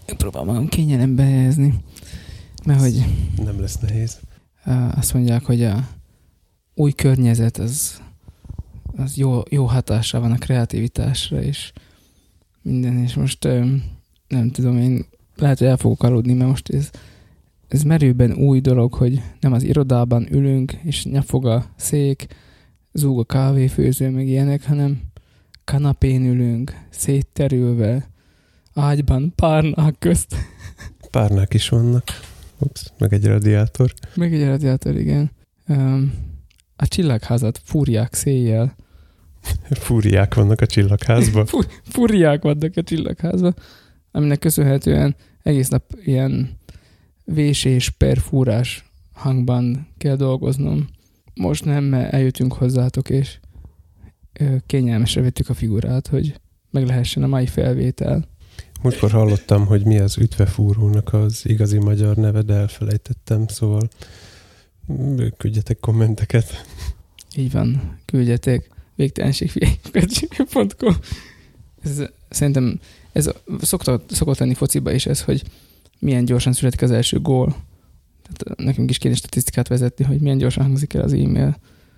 Próbálom magam kényelembe helyezni, mert hogy nem lesz nehéz. Azt mondják, hogy a új környezet az jó hatással van a kreativitásra, és minden, és most nem tudom, én lehet, hogy el fogok aludni, mert most ez merőben új dolog, hogy nem az irodában ülünk, és nyafog a szék, zúg a kávéfőző, meg ilyenek, hanem kanapén ülünk, szétterülve, ágyban, párnák közt. Párnák is vannak. Ups, meg egy radiátor. Meg egy radiátor, igen. A csillagházat fúrják széjjel. Fúriák vannak a csillagházban. Fúriák vannak a csillagházban, aminek köszönhetően egész nap ilyen vésés per fúrás hangban kell dolgoznom. Most nem, mert eljöttünk hozzátok, és kényelmesre vettük a figurát, hogy meg lehessen a mai felvétel. Múltkor hallottam, hogy mi az ütvefúrónak az igazi magyar neve, de elfelejtettem, szóval küldjetek kommenteket. Így van, küldjetek végtelenségfiai.com. Szerintem ez szokott lenni fociba is ez, hogy milyen gyorsan születik az első gól. Tehát nekünk is kéne statisztikát vezetni, hogy milyen gyorsan hangzik el az e-mail,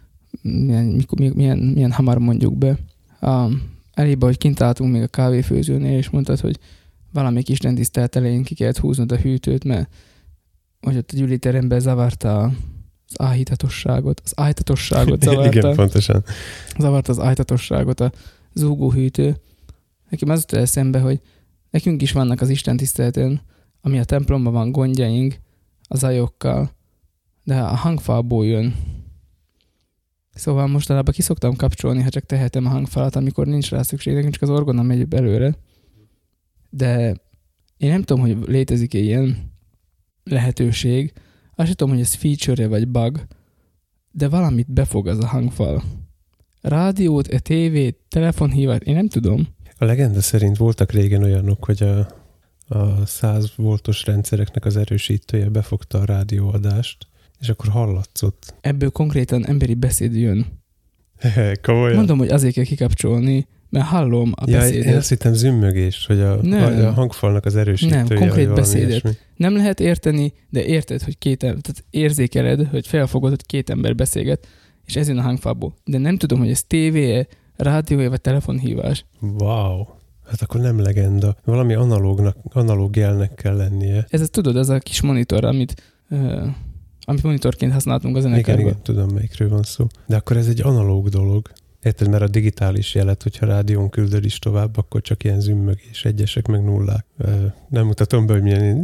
milyen hamar mondjuk be. Elébe, hogy kint álltunk még a kávéfőzőnél, és mondtad, hogy valamelyik istentisztelt elején ki kellett húznod a hűtőt, mert hogy ott a gyűliteremben zavarta az áhítatosságot. Az áhítatosságot zavarta. Igen, pontosan. Zavarta az áhítatosságot a zúgó hűtő. Nekem az jutott eszembe, hogy nekünk is vannak az istentiszteleten, ami a templomban van gondjaink, az zajokkal, de a hangfalból jön. Szóval mostanában ki szoktam kapcsolni, ha csak tehetem a hangfalat, amikor nincs rá szükség, nekünk csak az orgona megy előre. De én nem tudom, hogy létezik-e ilyen lehetőség. Azt sem tudom, hogy ez feature-e vagy bug, de valamit befog az a hangfal. Rádiót, tévét, telefonhívást, én nem tudom. A legenda szerint voltak régen olyanok, hogy a 100 voltos rendszereknek az erősítője befogta a rádióadást, és akkor hallatszott. Ebből konkrétan emberi beszéd jön. Komolyan? Mondom, hogy azért kell kikapcsolni, mert hallom a beszédet. Én azt hittem zümmögés, hogy a hangfalnak az erősítője. Nem, konkrét beszédet. Ilyesmi. Nem lehet érteni, de érted, hogy tehát érzékeled, hogy felfogod, hogy két ember beszélget, és ez jön a hangfalból. De nem tudom, hogy ez tévé-e, rádió-e, vagy telefonhívás. Wow. Hát akkor nem legenda. Valami analóg jelnek kell lennie. Ez tudod, az a kis monitor, amit monitorként használtunk a zenekarban. Igen, tudom, melyikről van szó. De akkor ez egy analóg dolog. Érted, mert a digitális jelet, hogyha rádión küldöd is tovább, akkor csak ilyen zümmögés, egyesek meg nullák. Nem mutatom be, hogy milyen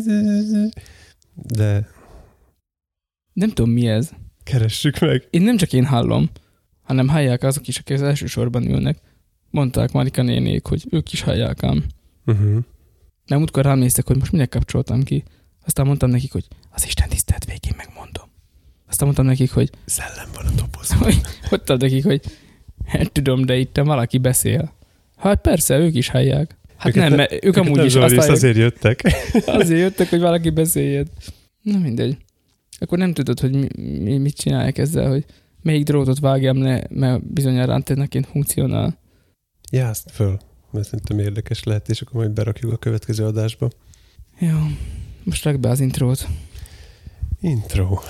de... Nem tudom, mi ez. Keressük meg. Nem csak én hallom, hanem hallják azok is, akik az első sorban ülnek. Mondták Marika nénék, hogy ők is hallják ám. Nem útkor rám néztek, hogy most minek kapcsoltam ki. Aztán mondtam nekik, hogy az Isten tisztelt végén megmondom. Aztán mondtam nekik, hogy szellem van a dobozban. Mondtam nekik, hogy hát tudom, de itt valaki beszél. Hát persze, ők is hallják. Hát nem, mert ők amúgy is azért jöttek. Azért jöttek, hogy valaki beszéljen. Na mindegy. Akkor nem tudod, hogy mit csinálják ezzel, hogy melyik drótot vágjam le, mert bizonyára antennaként funkcionál. Jázd föl, mert szerintem érdekes lehet, és akkor majd berakjuk a következő adásba. Jó, most rak be az intrót. Intro.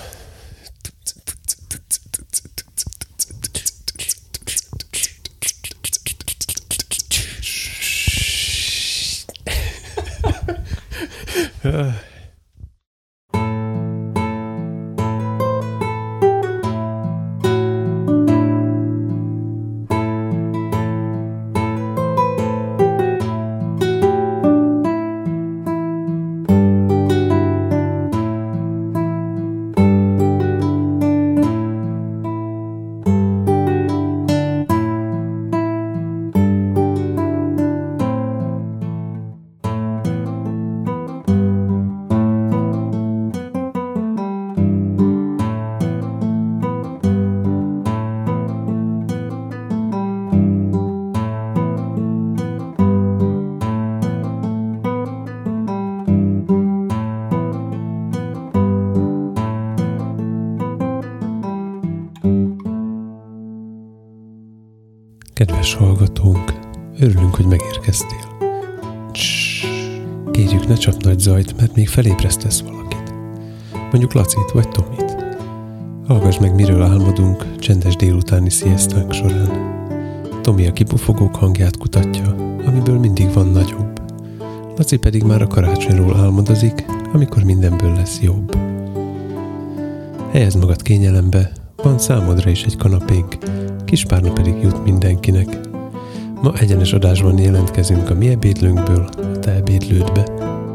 Kedves hallgatónk, örülünk, hogy megérkeztél. Kérjük, ne csap nagy zajt, mert még felébresztesz valakit. Mondjuk Lacit vagy Tomit. Hallgass meg, miről álmodunk csendes délutáni sziasztánk során. Tomi a kipufogók hangját kutatja, amiből mindig van nagyobb. Laci pedig már a karácsonyról álmodozik, amikor mindenből lesz jobb. Helyezd magad kényelembe, van számodra is egy kanapénk, kis párna pedig jut mindenkinek. Ma egyenes adásban jelentkezünk a mi ebédlőnkből a te ebédlődbe.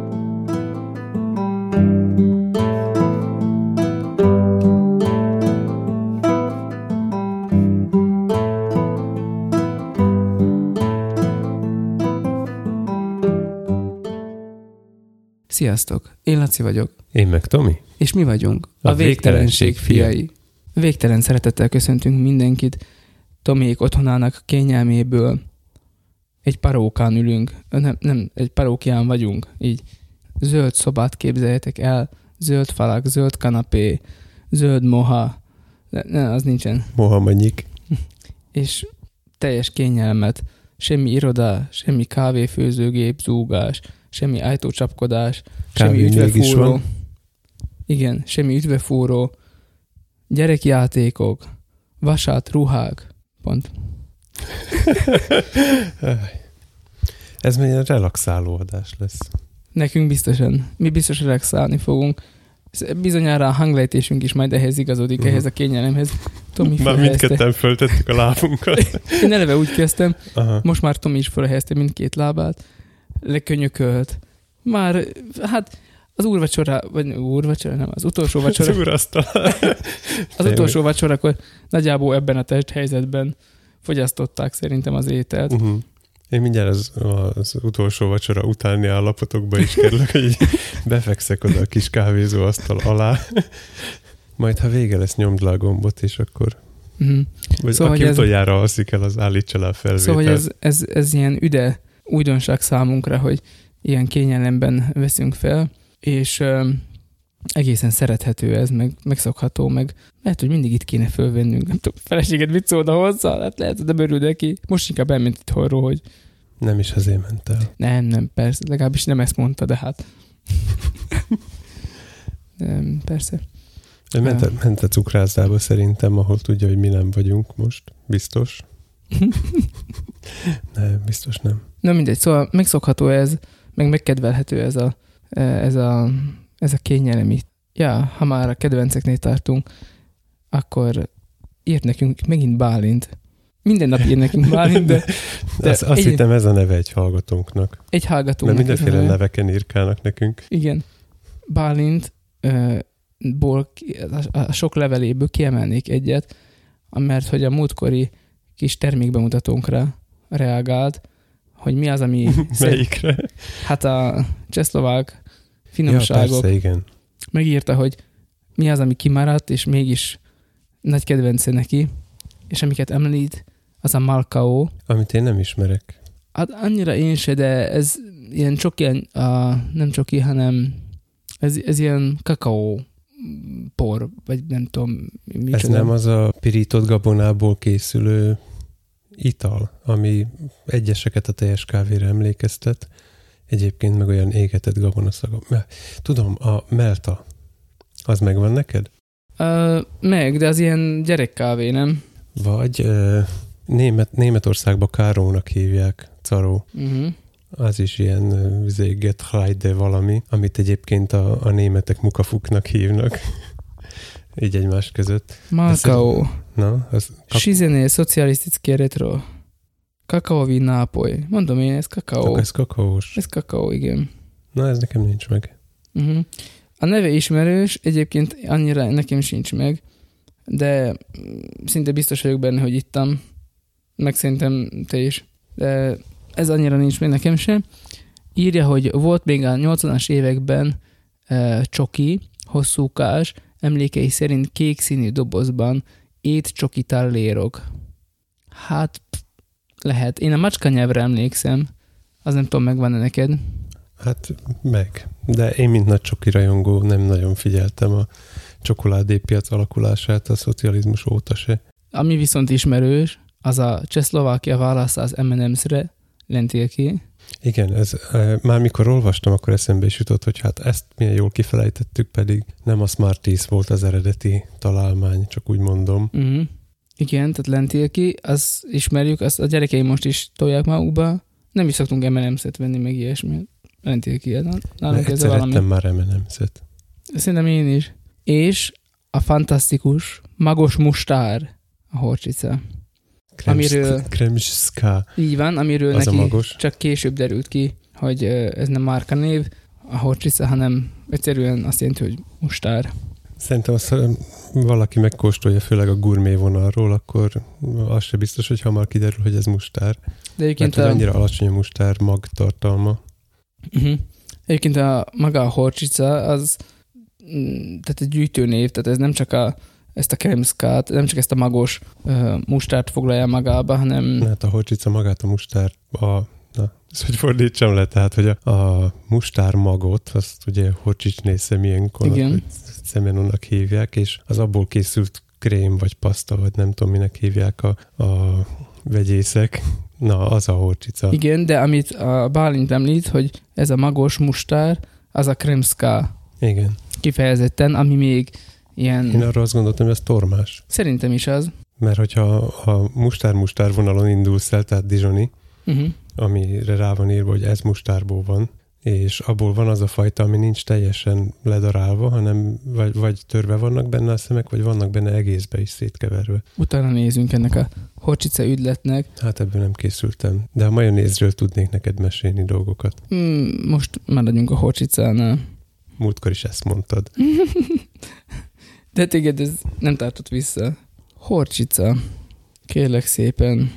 Sziasztok! Én Laci vagyok. Én meg Tomi. És mi vagyunk a végtelenség fiai. Végtelen szeretettel köszöntünk mindenkit. Tomiék otthonának kényelméből egy parókán ülünk. Nem, egy parókián vagyunk. Így zöld szobát képzeljetek el, zöld falak, zöld kanapé, zöld moha. Ne, az nincsen. Moha mennyik. És teljes kényelmet. Semmi iroda, semmi kávéfőzőgép, zúgás, semmi ajtócsapkodás, semmi ütvefúró. Igen, semmi ütvefúró, gyerekjátékok, vasát, ruhák. Pont. Ez milyen relaxáló adás lesz. Nekünk biztosan. Mi biztos relaxálni fogunk. Bizonyára a hanglejtésünk is majd ehhez igazodik, ehhez a kényelemhez. Tomi már mindketten föltettük a lábunkat. Én eleve úgy kezdtem, most már Tomi is fölhelyezte mindkét lábát, lekönyökölt. Már, hát az úrvacsora, vagy úrvacsora, nem, az utolsó vacsora. Az úrasztal. Az utolsó vacsorakor nagyjából ebben a testhelyzetben fogyasztották szerintem az ételt. Én mindjárt az utolsó vacsora utáni állapotokba is kerülök, hogy befekszek oda a kis kávézóasztal alá. Majd, ha vége lesz, nyomd le a gombot, és akkor... Vagy szóval, aki utoljára alszik el, az állítsa le a felvételt. Szóval ez ilyen üde újdonság számunkra, hogy ilyen kényelemben veszünk fel, és egészen szerethető ez, meg megszokható, meg lehet, hogy mindig itt kéne fölvennünk. Nem tudom, feleséget mit szólna hozzá, lehet, de bőrül neki. Most inkább elment itthonról, hogy... Nem is azért ment el. Nem, persze, legalábbis nem ezt mondta, de hát... nem, persze. Ment a cukrászdába szerintem, ahol tudja, hogy mi nem vagyunk most. Biztos. Nem, biztos nem. Na mindegy, szóval megszokható ez, meg megkedvelhető ez a kényelem itt. Ja, ha már a kedvenceknél tartunk, akkor írt nekünk megint Bálint. Minden nap ír nekünk Bálint, de azt hittem ez a neve egy hallgatónknak. Egy hallgatónknak. Mert mindenféle neveken írkálnak nekünk. Igen. Bálint a sok leveléből kiemelnék egyet, mert hogy a múltkori kis termékbemutatónkra reagált, hogy mi az, ami... Melyikre? Hát a csehszlovák finomságok. Ja, persze, igen. Megírta, hogy mi az, ami kimaradt, és mégis nagy kedvence neki, és amiket említ, az a Malkao. Amit én nem ismerek. Hát annyira én se, de ez ilyen csoki, nem csoki, hanem ez ilyen kakaó por, vagy nem tudom. Ez nem az a pirított gabonából készülő ital, ami egyeseket a teljes kávéra emlékeztet, egyébként meg olyan égetett gabonaszaga. Tudom, a Melta, az megvan neked? Meg, de az ilyen gyerekkávé, nem? Vagy Németországban Kárónak hívják, Caró. Az is ilyen Getreide valami, amit egyébként a németek Mukafuknak hívnak. Így egymás között. Malkao. Na, az... Šizené szocialisztické retro. Kakaóvi nápoly. Mondom én, ez kakaó. Ez kakaós. Ez kakaó, igen. Na, ez nekem nincs meg. A neve ismerős, egyébként annyira nekem sincs meg, de szinte biztos vagyok benne, hogy ittam. Meg szerintem te is. De ez annyira nincs meg nekem sem. Írja, hogy volt még a 80-as években csoki, hosszúkás, emlékei szerint kék színű dobozban étcsoki tallérok. Hát lehet. Én a macska nyelvre emlékszem. Az nem tudom, megvan-e neked? Hát meg. De én, mint nagy csoki rajongó, nem nagyon figyeltem a csokoládépiac alakulását a szocializmus óta se. Ami viszont ismerős, az a Csehszlovákia válasza az M&M's-re, lentilki. Igen, ez már mikor olvastam, akkor eszembe is jutott, hogy hát ezt milyen jól kifelejtettük, pedig nem a Smarties volt az eredeti találmány, csak úgy mondom. Uh-huh. Igen, tehát lentilki, azt ismerjük, azt a gyerekeim most is tolják magukba. Nem is szoktunk M&M-szet venni, meg ilyesmi. Lentilki, nálunk ez valami. Szerettem már M&M-szet. Szerintem én is. És a fantasztikus, magos mustár, a horčica. Kremska. Így van, amiről az neki csak később derült ki, hogy ez nem márkanév, a horčica, hanem egyszerűen azt jelenti, hogy mustár. Szerintem azt, valaki megkóstolja, főleg a gurmé vonalról, akkor az se biztos, hogy hamar kiderül, hogy ez mustár. De egyébként mert annyira alacsony a mustár magtartalma. Uh-huh. Egyébként maga a horčica az tehát egy gyűjtőnév, tehát ez nem csak ezt a kremskát, nem csak ezt a magos mustárt foglalja magába, hanem... Hát a horčica magát a mustár, ezt hogy fordítsam le, tehát hogy a mustár magot, azt ugye horčičné semienkonak, szemenónak hívják, és az abból készült krém, vagy paszta, vagy nem tudom, minek hívják a vegyészek. Na, az a horčica. Igen, de amit a Bálint említ, hogy ez a magos mustár, az a kremska. Igen. Kifejezetten, ami még ilyen... Én arra azt gondoltam, hogy ez tormás. Szerintem is az. Mert hogyha a mustár vonalon indulsz el, tehát Dijoni, amire rá van írva, hogy ez mustárból van, és abból van az a fajta, ami nincs teljesen ledarálva, hanem vagy törve vannak benne a szemek, vagy vannak benne egészbe is szétkeverve. Utána nézünk ennek a horčica üdletnek. Hát ebből nem készültem, de a majonézről tudnék neked mesélni dolgokat. Most maradjunk a horčicánál. Múltkor is ezt mondtad. De téged ez nem tartott vissza. Horčica. Kérlek szépen.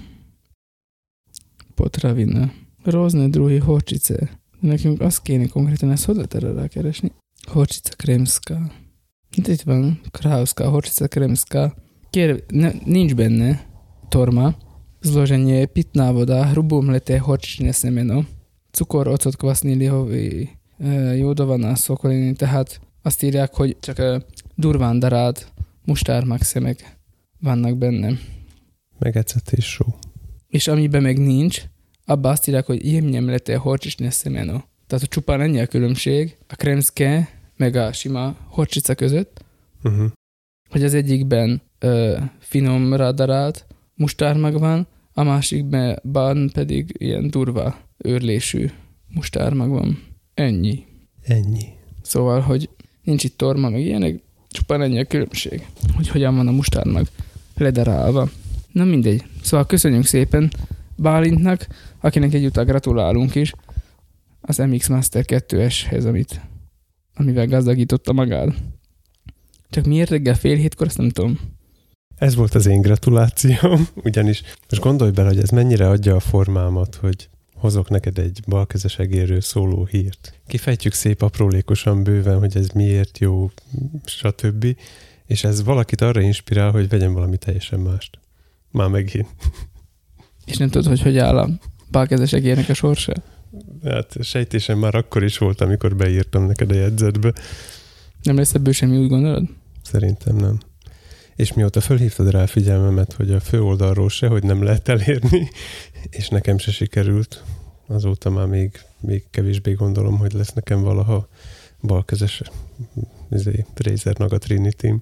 Potravina. Rosne druhi horčice. Nekünk azt kéne konkrétan, ezt hogy lehet erre rákeresni? Horčica kremska. Itt van. Krauska. Horčica kremska. Nincs benne torma. Zloženie pitná voda, hrubú mleté horčičné semeno, cukor, ocot, kvasný lihový, jódovaná szokolini, tehát azt írják, hogy csak durván darált mustármagszemek vannak benne. Megecetés só. És amiben meg nincs, abban azt írják, hogy jemnye mleté horčičné semeno. Tehát a csupán ennyi a különbség a kremske meg a sima horčica között, hogy az egyikben finomra darált mustármag van, a másikban pedig ilyen durva őrlésű mustármag van. Ennyi. Szóval, hogy nincs itt torma, meg ilyenek, csupán ennyi a különbség, hogy hogyan van a mustármag ledarálva. Na mindegy. Szóval köszönjük szépen Bálintnak, akinek egyúttal gratulálunk is az MX Master 2S-hez, amivel gazdagította magát. Csak miért reggel 6:30, azt nem tudom. Ez volt az én gratulációm, ugyanis most gondolj bele, hogy ez mennyire adja a formámat, hogy hozok neked egy balkezes egérről szóló hírt. Kifejtjük szép aprólékosan bőven, hogy ez miért jó, stb. És ez valakit arra inspirál, hogy vegyen valami teljesen mást. Már megint. És nem tudod, hogy áll a balkezes egérnek a sorsa? Hát sejtésem már akkor is volt, amikor beírtam neked a jegyzetbe. Nem lesz ebből semmi, úgy gondolod? Szerintem nem. És mióta fölhívtad rá a figyelmemet, hogy a főoldalról se, hogy nem lehet elérni, és nekem se sikerült, azóta már még kevésbé gondolom, hogy lesz nekem valaha balkezes Razer Naga Trinity-m.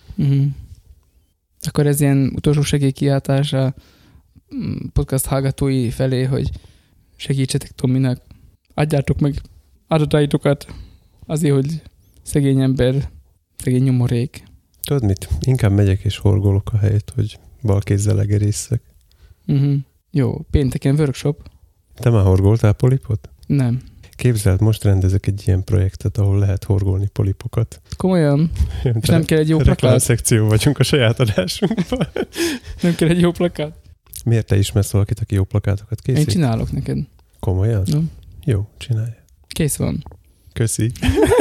Akkor ez ilyen utolsó segélykiáltás a podcast hallgatói felé, hogy segítsetek Tominak, adjátok meg adataitokat azért, hogy szegény ember, szegény nyomorék. Tudod mit? Inkább megyek és horgolok a helyet, hogy bal kézzel egerészek. Jó, pénteken workshop. Te már horgoltál polipot? Nem. Képzeld, most rendezek egy ilyen projektet, ahol lehet horgolni polipokat. Komolyan? És nem kell egy jó plakát? Reklámszekció vagyunk a saját adásunkban. Nem kell egy jó plakát? Miért te ismersz valakit, aki jó plakátokat készít? Én csinálok neked. Komolyan? No. Jó, csinálja. Kész van. Köszi.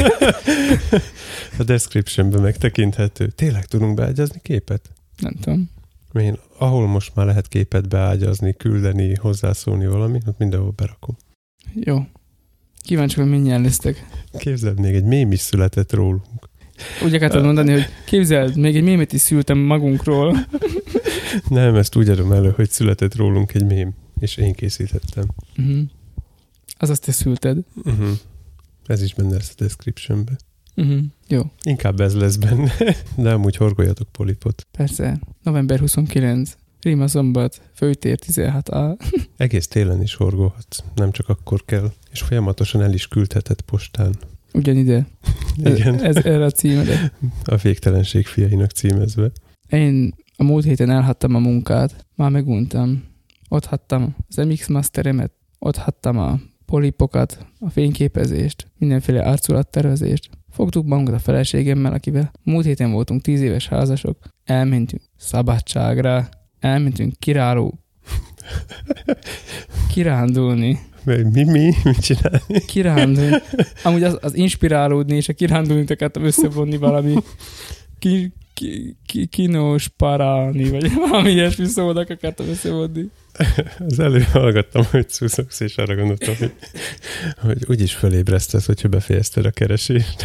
A descriptionben megtekinthető. Tényleg tudunk beágyazni képet? Nem tudom. Ahol most már lehet képet beágyazni, küldeni, hozzászólni valami, ott mindenhol berakom. Jó. Kíváncsi, hogy mennyien lesztek. Képzeld, még egy mém is született rólunk. Úgy akartad mondani, hogy képzeld, még egy mémet is szültem magunkról. Nem, ezt úgy adom elő, hogy született rólunk egy mém. és én készítettem. Azaz te szülted. Ez is benne lesz a descriptionbe. Jó. Inkább ez lesz benne, de amúgy horgoljatok polipot. Persze. November 29. Rima szombat, főtér 16A. Egész télen is horgolhatsz, nem csak akkor kell. És folyamatosan el is küldheted postán. Ugyanide. Igen. Ez erre a címre. A végtelenség fiainak címezve. Én a múlt héten elhattam a munkát. Már meguntam. Ott hattam az MX Masteremet, ott hattam a polipokat, a fényképezést, mindenféle arculattervezést. Fogtuk magunkat a feleségemmel, akivel múlt héten voltunk 10 éves házasok. Elmentünk szabadságra, elmentünk kirándulni. Mit csinálni? Kirándulni. Amúgy az inspirálódni és a kirándulni akartam összevonni valami kinós parálni, vagy valami ilyesmi szónak akartam összevonni. Az előbb hallgattam, hogy szuszogsz, és arra gondoltam, hogy úgyis fölébresztesz, hogyha befejezted a keresést.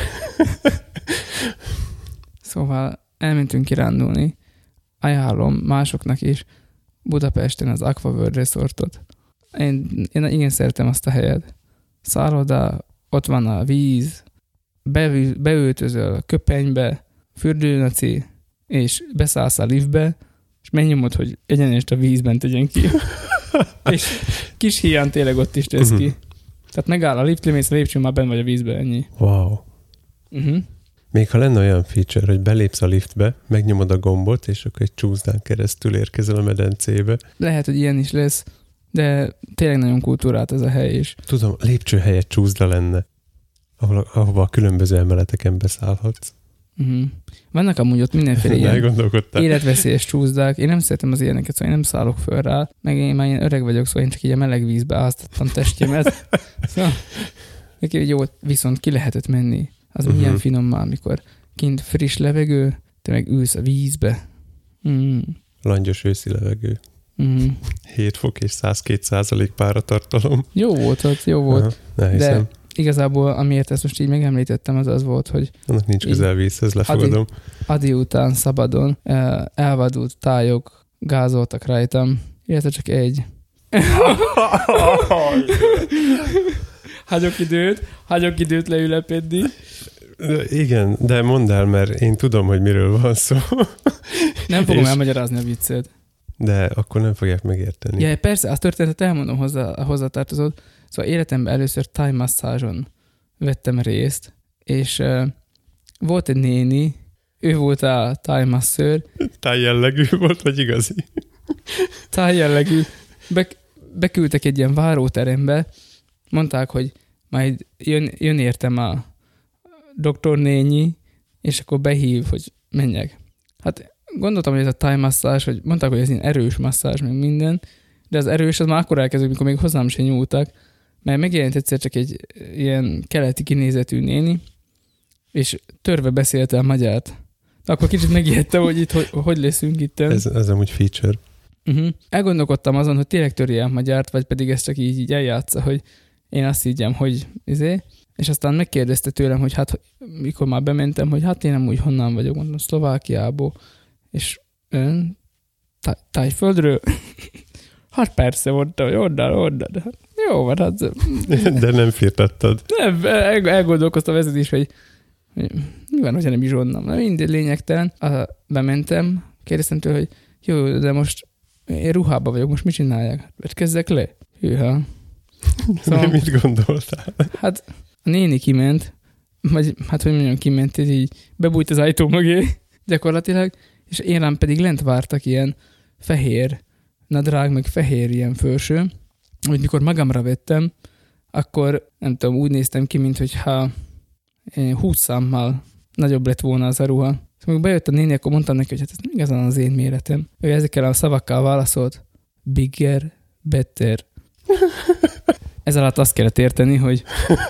Szóval elmentünk kirándulni. Ajánlom másoknak is Budapesten az Aquaworld Resortot. Én igen szeretem azt a helyet. Szálloda, ott van a víz, beöltözöl a köpenybe, fürdőnaci, és beszállsz a liftbe, és megnyomod, hogy egyenest a vízben tegyen ki. És kis híján tényleg ott is tesz ki. Tehát megáll a lift, lemész a lépcsőn, már benn vagy a vízbe, ennyi. Wow. Még ha lenne olyan feature, hogy belépsz a liftbe, megnyomod a gombot, és akkor egy csúszdán keresztül érkezel a medencébe. Lehet, hogy ilyen is lesz, de tényleg nagyon kultúrált ez a hely is. Tudom, lépcső helyett csúszda lenne, ahova a különböző emeleteken beszállhatsz. Vannak amúgy ott mindenféle ilyen életveszélyes csúszdák. Én nem szeretem az ilyeneket, szóval én nem szállok föl rá, meg én már ilyen öreg vagyok, szóval én csak így a meleg vízbe áztattam testjemet. Szóval jó, viszont ki lehetett menni. Az milyen finom már, amikor kint friss levegő, te meg ülsz a vízbe. Langyos őszi levegő. 7 fok és 102% páratartalom. Jó volt ott, jó volt. De igazából, amiért ezt most így megemlítettem, az volt, hogy annak nincs közel vízhez, lefogadom. Adi után szabadon elvadult tájok gázoltak rajtam, illetve csak egy. Hagyok időt leülepedni. Igen, de mondd el, mert én tudom, hogy miről van szó. Nem fogom elmagyarázni a viccet. De akkor nem fogják megérteni. Ja, persze, azt történetet elmondom hozzátartozót. Szóval életemben először thai masszázson vettem részt, és volt egy néni, ő volt a thai masszőr. Thai jellegű volt, vagy igazi? Thai jellegű. Beküldtek egy ilyen váróterembe, mondták, hogy majd jön értem a doktor néni, és akkor behív, hogy menjek. Hát gondoltam, hogy ez a thai masszázs, hogy mondták, hogy ez ilyen erős masszázs, meg minden, de az erős az már akkor elkezdődik, mikor még hozzám sem nyúltak, mert megjelent egyszer csak egy ilyen keleti kinézetű néni, és törve beszélte a magyart. De akkor kicsit megijedtem, hogy itt hogy leszünk itt. Ez amúgy feature. Elgondolkodtam azon, hogy tényleg törje a magyart, vagy pedig ez csak így eljátsza, hogy én azt higgyem, hogy és aztán megkérdezte tőlem, hogy hát mikor már bementem, hogy hát én amúgy honnan vagyok, mondom, Szlovákiából, és ön Tájföldről? Hát persze, mondta, hogy onnan, de hát jó van, hát... De nem firtattad. Nem, elgondolkoztam ezen is, hogy mi van, hogyha nem is onnan. Na, mindegy lényegtelen. Bementem, kérdeztem tőle, hogy jó, de most én ruhában vagyok, most mit csinálják? Hát kezdek le? Hűha. Szóval, mit gondoltál? Hát a néni kiment, vagy hát hogy mondjam, kiment, így bebújt az ajtó mögé gyakorlatilag, és én rám pedig lent vártak ilyen fehér nadrág, meg fehér ilyen felső, hogy mikor magamra vettem, akkor nem tudom, úgy néztem ki, mintha 20 számmal nagyobb lett volna az a ruha. Szóval amikor bejött a néni, akkor mondtam neki, hogy hát ez nem igazán az én méretem. Ő ezekkel a szavakkal válaszolt, bigger, better. Ez alatt azt kellett érteni, hogy...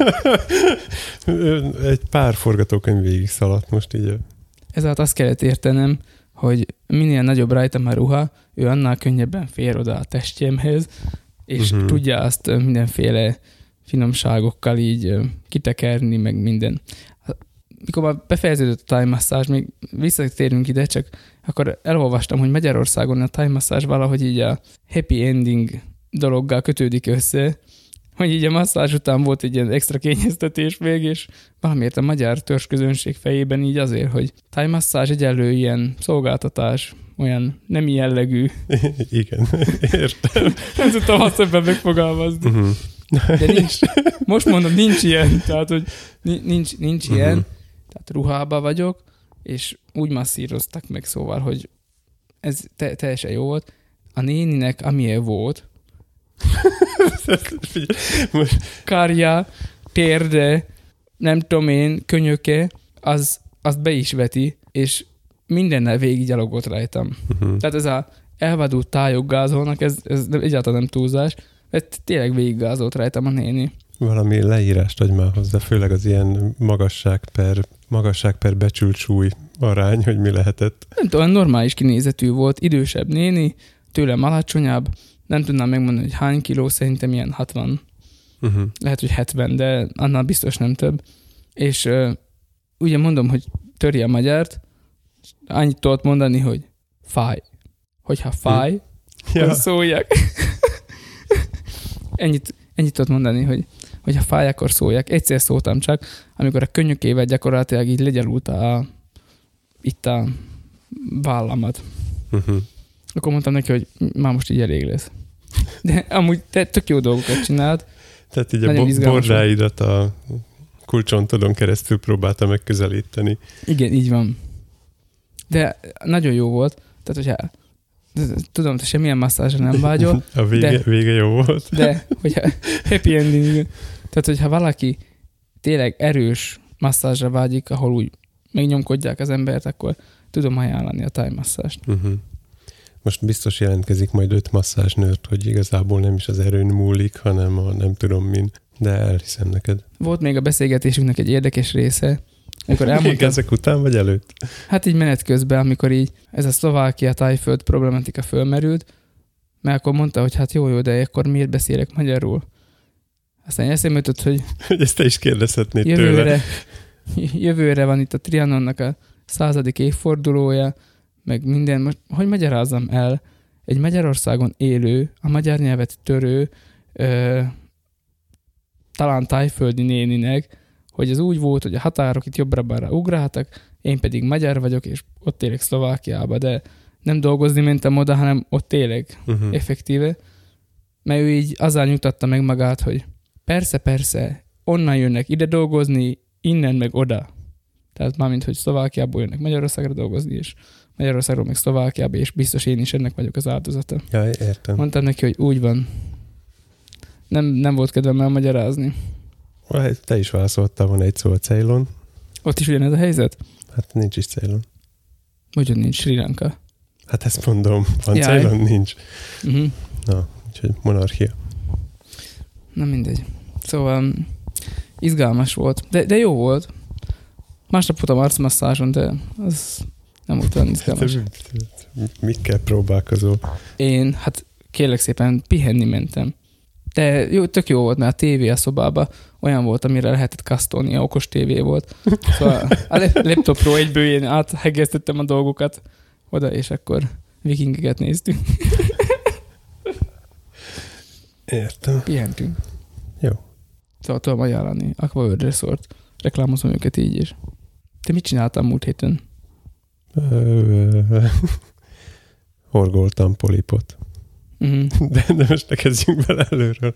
Egy pár forgatókönyv végig szaladt most így. Ez alatt azt kellett értenem, hogy minél nagyobb rajtam a ruha, ő annál könnyebben fér oda a testjemhez, és tudja azt mindenféle finomságokkal így kitekerni, meg minden. Mikor már befejeződött a thai masszázs, még visszatérünk ide, csak akkor elolvastam, hogy Magyarországon a thai masszázs valahogy így a happy ending dologgá kötődik össze, hogy így a masszázs után volt egy ilyen extra kényeztetés még, és valamiért a magyar törzsközönség fejében így azért, hogy tájmasszázs egyenlő ilyen szolgáltatás, olyan nem jellegű. Igen, értem. Nem tudtam azt ebben megfogalmazni. De nincs, most mondom, nincs ilyen, tehát, hogy nincs ilyen, tehát ruhába vagyok, és úgy masszíroztak meg, szóval, hogy ez teljesen jó volt. A néninek, amilyen volt, karja, térde, nem tudom én, könyöke, azt be is veti, és mindennel végig gyalogolt rajtam. Tehát ez a elvadult tájok gázolnak, ez egyáltalán nem túlzás, mert tényleg végiggázolt rajtam a néni. Valami leírást adj már hozzá, főleg az ilyen magasság per becsült súly arány, hogy mi lehetett. Nem tudom, normális kinézetű volt, idősebb néni, tőlem alacsonyabb, nem tudnám megmondani, hogy hány kiló, szerintem ilyen 60. Lehet, hogy 70, de annál biztos nem több. És ugye mondom, hogy törje a magyart, annyit tudott mondani, hogy fáj. Hogyha fáj, akkor szóljak. ennyit tudott mondani, hogy ha fáj, akkor szóljak. Egyszer szóltam csak, amikor a könyökével gyakorlatilag így legyalult itt a vállamat. Akkor mondtam neki, hogy már most így elég lesz. De amúgy te tök jó dolgokat csinált. Tehát így a bordáidat a kulcsontodon keresztül próbálta megközelíteni. Igen, így van. De nagyon jó volt. Tehát, hogyha tudom, te semmilyen masszázsra nem vágyol. A vége jó volt. De, hogyha happy ending. Tehát, hogyha valaki tényleg erős masszázsra vágyik, ahol úgy megnyomkodják az embert, akkor tudom ajánlani a tájmasszást. Most biztos jelentkezik majd 5 masszázsnőrt, hogy igazából nem is az erőn múlik, hanem a nem tudom min, de elhiszem neked. Volt még a beszélgetésünknek egy érdekes része, amikor elmondtam... Még ezek után vagy előtt? Hát így menet közben, amikor így ez a Szlovákia-Tájföld problematika fölmerült, mert akkor mondta, hogy hát jó, de akkor miért beszélek magyarul? Aztán eszembe jutott, hogy ezt te is kérdezhetnéd tőle. Jövőre van itt a Trianonnak a 100. évfordulója, meg minden, most, hogy magyarázzam el, egy Magyarországon élő, a magyar nyelvet törő, talán tájföldi néninek, hogy ez úgy volt, hogy a határok itt jobbra-balra ugráltak, én pedig magyar vagyok, és ott élek Szlovákiába, de nem dolgozni mentem oda, hanem ott tényleg effektíve, mert ő így azzal nyugtatta meg magát, hogy persze, onnan jönnek ide dolgozni, innen meg oda. Tehát mármint, hogy Szlovákiából jönnek Magyarországra dolgozni, és Magyarországról meg Szlovákiába, és biztos én is ennek vagyok az áldozata. Ja, értem. Mondtam neki, hogy úgy van. Nem volt kedvem elmagyarázni. Te is válaszoltál volna egy szó a Ceylon. Ott is ugyanez a helyzet? Hát nincs is Ceylon. Ugyan nincs Sri Lanka. Hát ezt mondom, van Ceylon, nincs. Na, úgyhogy monarchia. Na mindegy. Szóval izgalmas volt, de jó volt. Másnap voltam arcmasszázson, de az nem volt olyan izgalmas. Mikkel próbálkozol? Én, hát kérlek szépen pihenni mentem. De jó, tök jó volt, mert a tévé a szobában olyan volt, amire lehetett kasztolni, okos tévé volt. Szóval a laptopról egyből én áthegeztettem a dolgokat oda, és akkor vikingeket néztünk. Értem. Pihentünk. Jó. Szóval tudom ajánlani. Aquaworld Resort. Reklámozom őket így is. Te mit csináltál múlt héten? Horgoltam polipot. De most ne kezdjünk bele előről.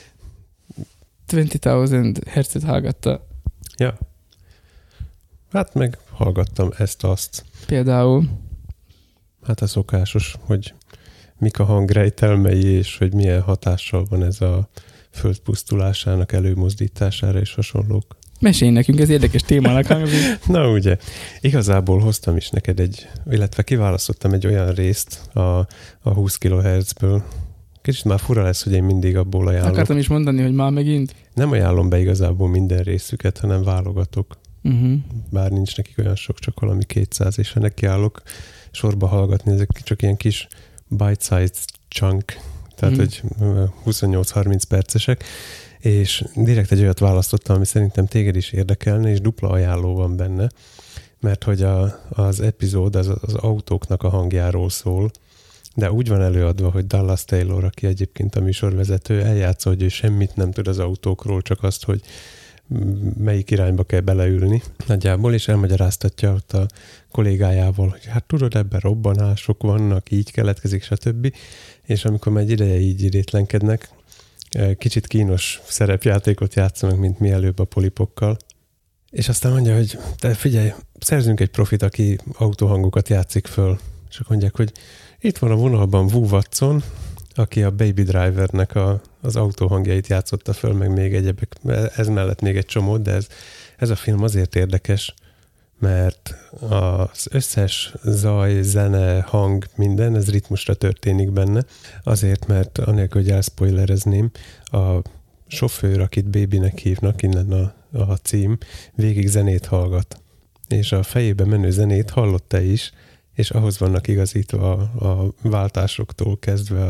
20,000 hercet hallgatta. Ja. Hát meg hallgattam ezt-azt. Például? Hát a szokásos, hogy mik a hangrejtelmei, és hogy milyen hatással van ez a föld pusztulásának előmozdítására és hasonlók. Mesélj nekünk, ez érdekes témának hangzik. Na ugye, igazából hoztam is neked illetve kiválasztottam egy olyan részt a 20 kHz-ből. Kicsit már fura lesz, hogy én mindig abból ajánlok. Akartam is mondani, hogy már megint. Nem ajánlom be igazából minden részüket, hanem válogatok. Bár nincs nekik olyan sok, csak valami 200, és ha nekiállok sorba hallgatni, ezek csak ilyen kis bite-sized chunk, tehát hogy 28-30 percesek, és direkt egy olyat választottam, ami szerintem téged is érdekelne, és dupla ajánló van benne, mert hogy az epizód az autóknak a hangjáról szól, de úgy van előadva, hogy Dallas Taylor, aki egyébként a műsorvezető, eljátsza, hogy ő semmit nem tud az autókról, csak azt, hogy melyik irányba kell beleülni nagyjából, és elmagyaráztatja ott a kollégájával, hogy hát tudod, ebben robbanások vannak, így keletkezik, stb. És amikor már egy ideje így idétlenkednek, kicsit kínos szerepjátékot játszanak, mint mi előbb a polipokkal. És aztán mondja, hogy te figyelj, szerzünk egy profit, aki autóhangokat játszik föl. És akkor mondják, hogy itt van a vonalban Wu Watson, aki a Baby Drivernek az autóhangjait játszotta föl, meg még egyebek, ez mellett még egy csomó, de ez a film azért érdekes, mert az összes zaj, zene, hang, minden, ez ritmusra történik benne. Azért, mert anélkül, hogy elspoilerezném, a sofőr, akit Babynek hívnak, innen a cím, végig zenét hallgat. És a fejébe menő zenét hallotta is, és ahhoz vannak igazítva a váltásoktól kezdve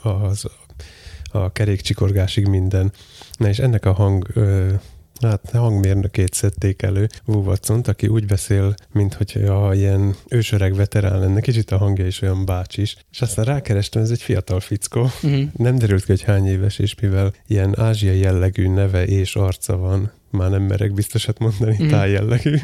a kerékcsikorgásig minden. Na és ennek a hangmérnökét szedték elő, Wu Watsont, aki úgy beszél, minthogyha ilyen ősöreg veterán lenne, kicsit a hangja is olyan bácsis. És aztán rákerestem, ez egy fiatal fickó. Nem derült ki, hogy hány éves, és mivel ilyen ázsiai jellegű neve és arca van, már nem merek biztosat mondani, tájjellegű.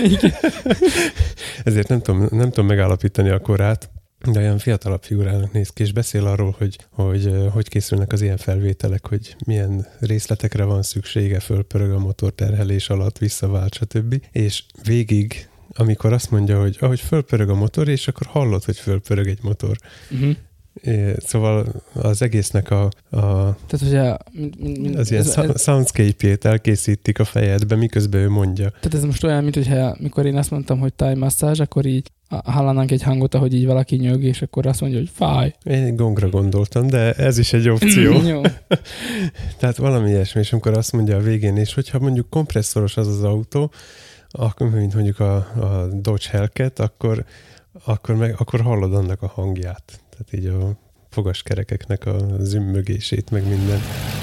Ezért nem tudom megállapítani a korát, de olyan fiatalabb figurának néz ki, és beszél arról, hogy készülnek az ilyen felvételek, hogy milyen részletekre van szüksége, fölpörög a motor terhelés alatt, visszavált, stb. És végig, amikor azt mondja, hogy ahogy fölpörög a motor, és akkor hallod, hogy fölpörög egy motor. Szóval az egésznek tehát, hogy az ilyen soundscape-ét elkészítik a fejedbe, miközben ő mondja. Tehát ez most olyan, mint hogyha mikor én azt mondtam, hogy thai masszázs, akkor így hallanánk egy hangot, ahogy így valaki nyög, és akkor azt mondja, hogy fáj. Én gongra gondoltam, de ez is egy opció. Jó. Tehát valami ilyesmi, és amikor azt mondja a végén, és hogyha mondjuk kompresszoros az autó, akkor, mint mondjuk a Dodge Hellcat, akkor hallod annak a hangját. Tehát így a fogaskerekeknek a zümmögését, meg minden.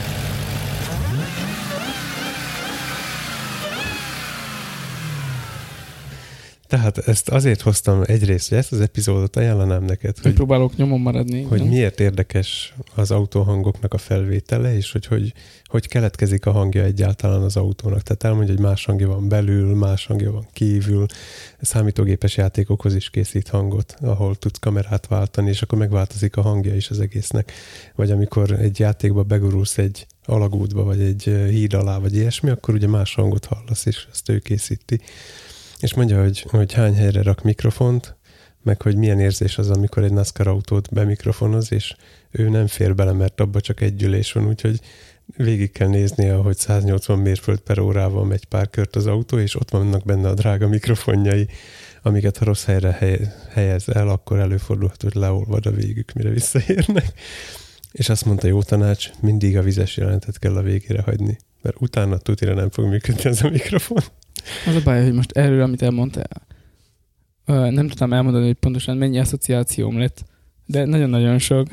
Tehát ezt azért hoztam egyrészt, hogy ezt az epizódot ajánlanám neked, hogy próbálok nyomon maradni. Hogy miért érdekes az autóhangoknak a felvétele, és hogy keletkezik a hangja egyáltalán az autónak. Tehát elmondja, hogy más hangja van belül, más hangja van kívül. Számítógépes játékokhoz is készít hangot, ahol tudsz kamerát váltani, és akkor megváltozik a hangja is az egésznek. Vagy amikor egy játékba begurulsz egy alagútba, vagy egy híd alá, vagy ilyesmi, akkor ugye más hangot hallasz, és ezt ő készíti. És mondja, hogy hány helyre rak mikrofont, meg hogy milyen érzés az, amikor egy NASCAR autót bemikrofonoz, és ő nem fér bele, mert abban csak egy ülés van, úgyhogy végig kell néznie, hogy 180 mérföld/órával megy pár kört az autó, és ott vannak benne a drága mikrofonjai, amiket ha rossz helyre helyez el, akkor előfordulhat, hogy leolvad a végük, mire visszaérnek. És azt mondta, jó tanács, mindig a vizes jelenetet kell a végére hagyni, mert utána tutira nem fog működni ez a mikrofon. Az a baj, hogy most erről, amit elmondtál, nem tudtam elmondani, hogy pontosan mennyi asszociációm lett, de nagyon-nagyon sok.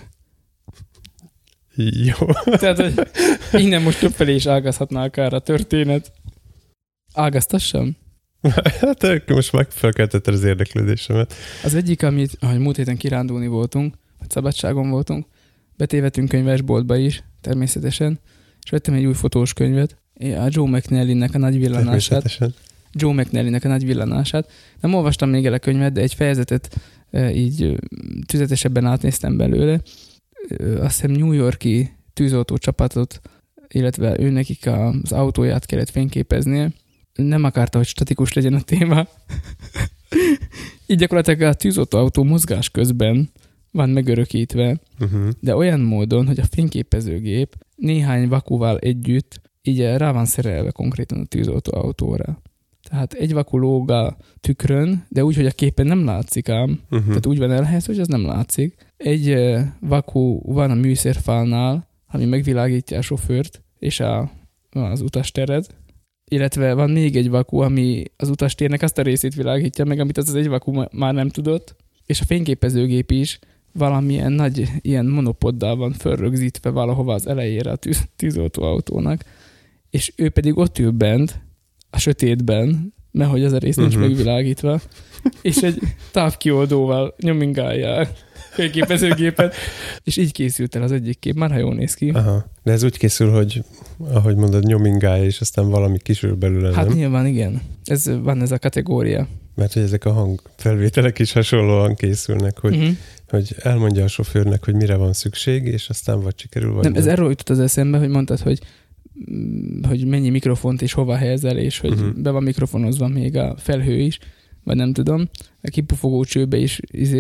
Jó. Tehát, hogy innen most többfelé is ágazhatná akár a történet. Ágaztassam? Hát most meg felkeltetted az érdeklődésemet. Az egyik, ahogy múlt héten kirándulni voltunk, vagy szabadságon voltunk, betévetünk könyvesboltba is, természetesen, és vettem egy új fotós könyvet, a Joe McNally-nek a nagy villanását. Joe McNally-nek a nagy villanását. Nem olvastam még el a könyvet, de egy fejezetet így tüzetesebben átnéztem belőle. Azt hiszem New York-i tűzoltó csapatot, illetve őnekik az autóját kellett fényképeznie. Nem akarta, hogy statikus legyen a téma. Így gyakorlatilag a tűzoltó autó mozgás közben van megörökítve, de olyan módon, hogy a fényképezőgép néhány vakúval együtt így rá van szerelve konkrétan a tűzoltó autóra. Tehát egy vaku lóg a tükrön, de úgy, hogy a képen nem látszik ám. Tehát úgy van elhelyezve, hogy az nem látszik. Egy vaku van a műszerfálnál, ami megvilágítja a sofőrt és az utasteret. Illetve van még egy vaku, ami az utastérnek azt a részét világítja meg, amit az egy vaku már nem tudott. És a fényképezőgép is valamilyen nagy ilyen monopoddal van fölrögzítve valahova az elejére a tűzoltó autónak. És ő pedig ott ül bent, a sötétben, mert hogy az a rész nincs megvilágítva, és egy távkioldóval nyomingálja fényképezőgépet, és így készült el az egyik kép, már ha jól néz ki. Aha. De ez úgy készül, hogy ahogy mondod, nyomingálja, és aztán valami kisül belőle, Hát nem? nyilván igen. Van ez a kategória. Mert hogy ezek a hangfelvételek is hasonlóan készülnek, hogy elmondja a sofőrnek, hogy mire van szükség, és aztán vagy sikerül, vagy nem. Ez erről jutott az eszembe, hogy mondtad, hogy mennyi mikrofont és hova helyezel, és hogy be van mikrofonozva még a felhő is, vagy nem tudom, a kipufogó csőbe is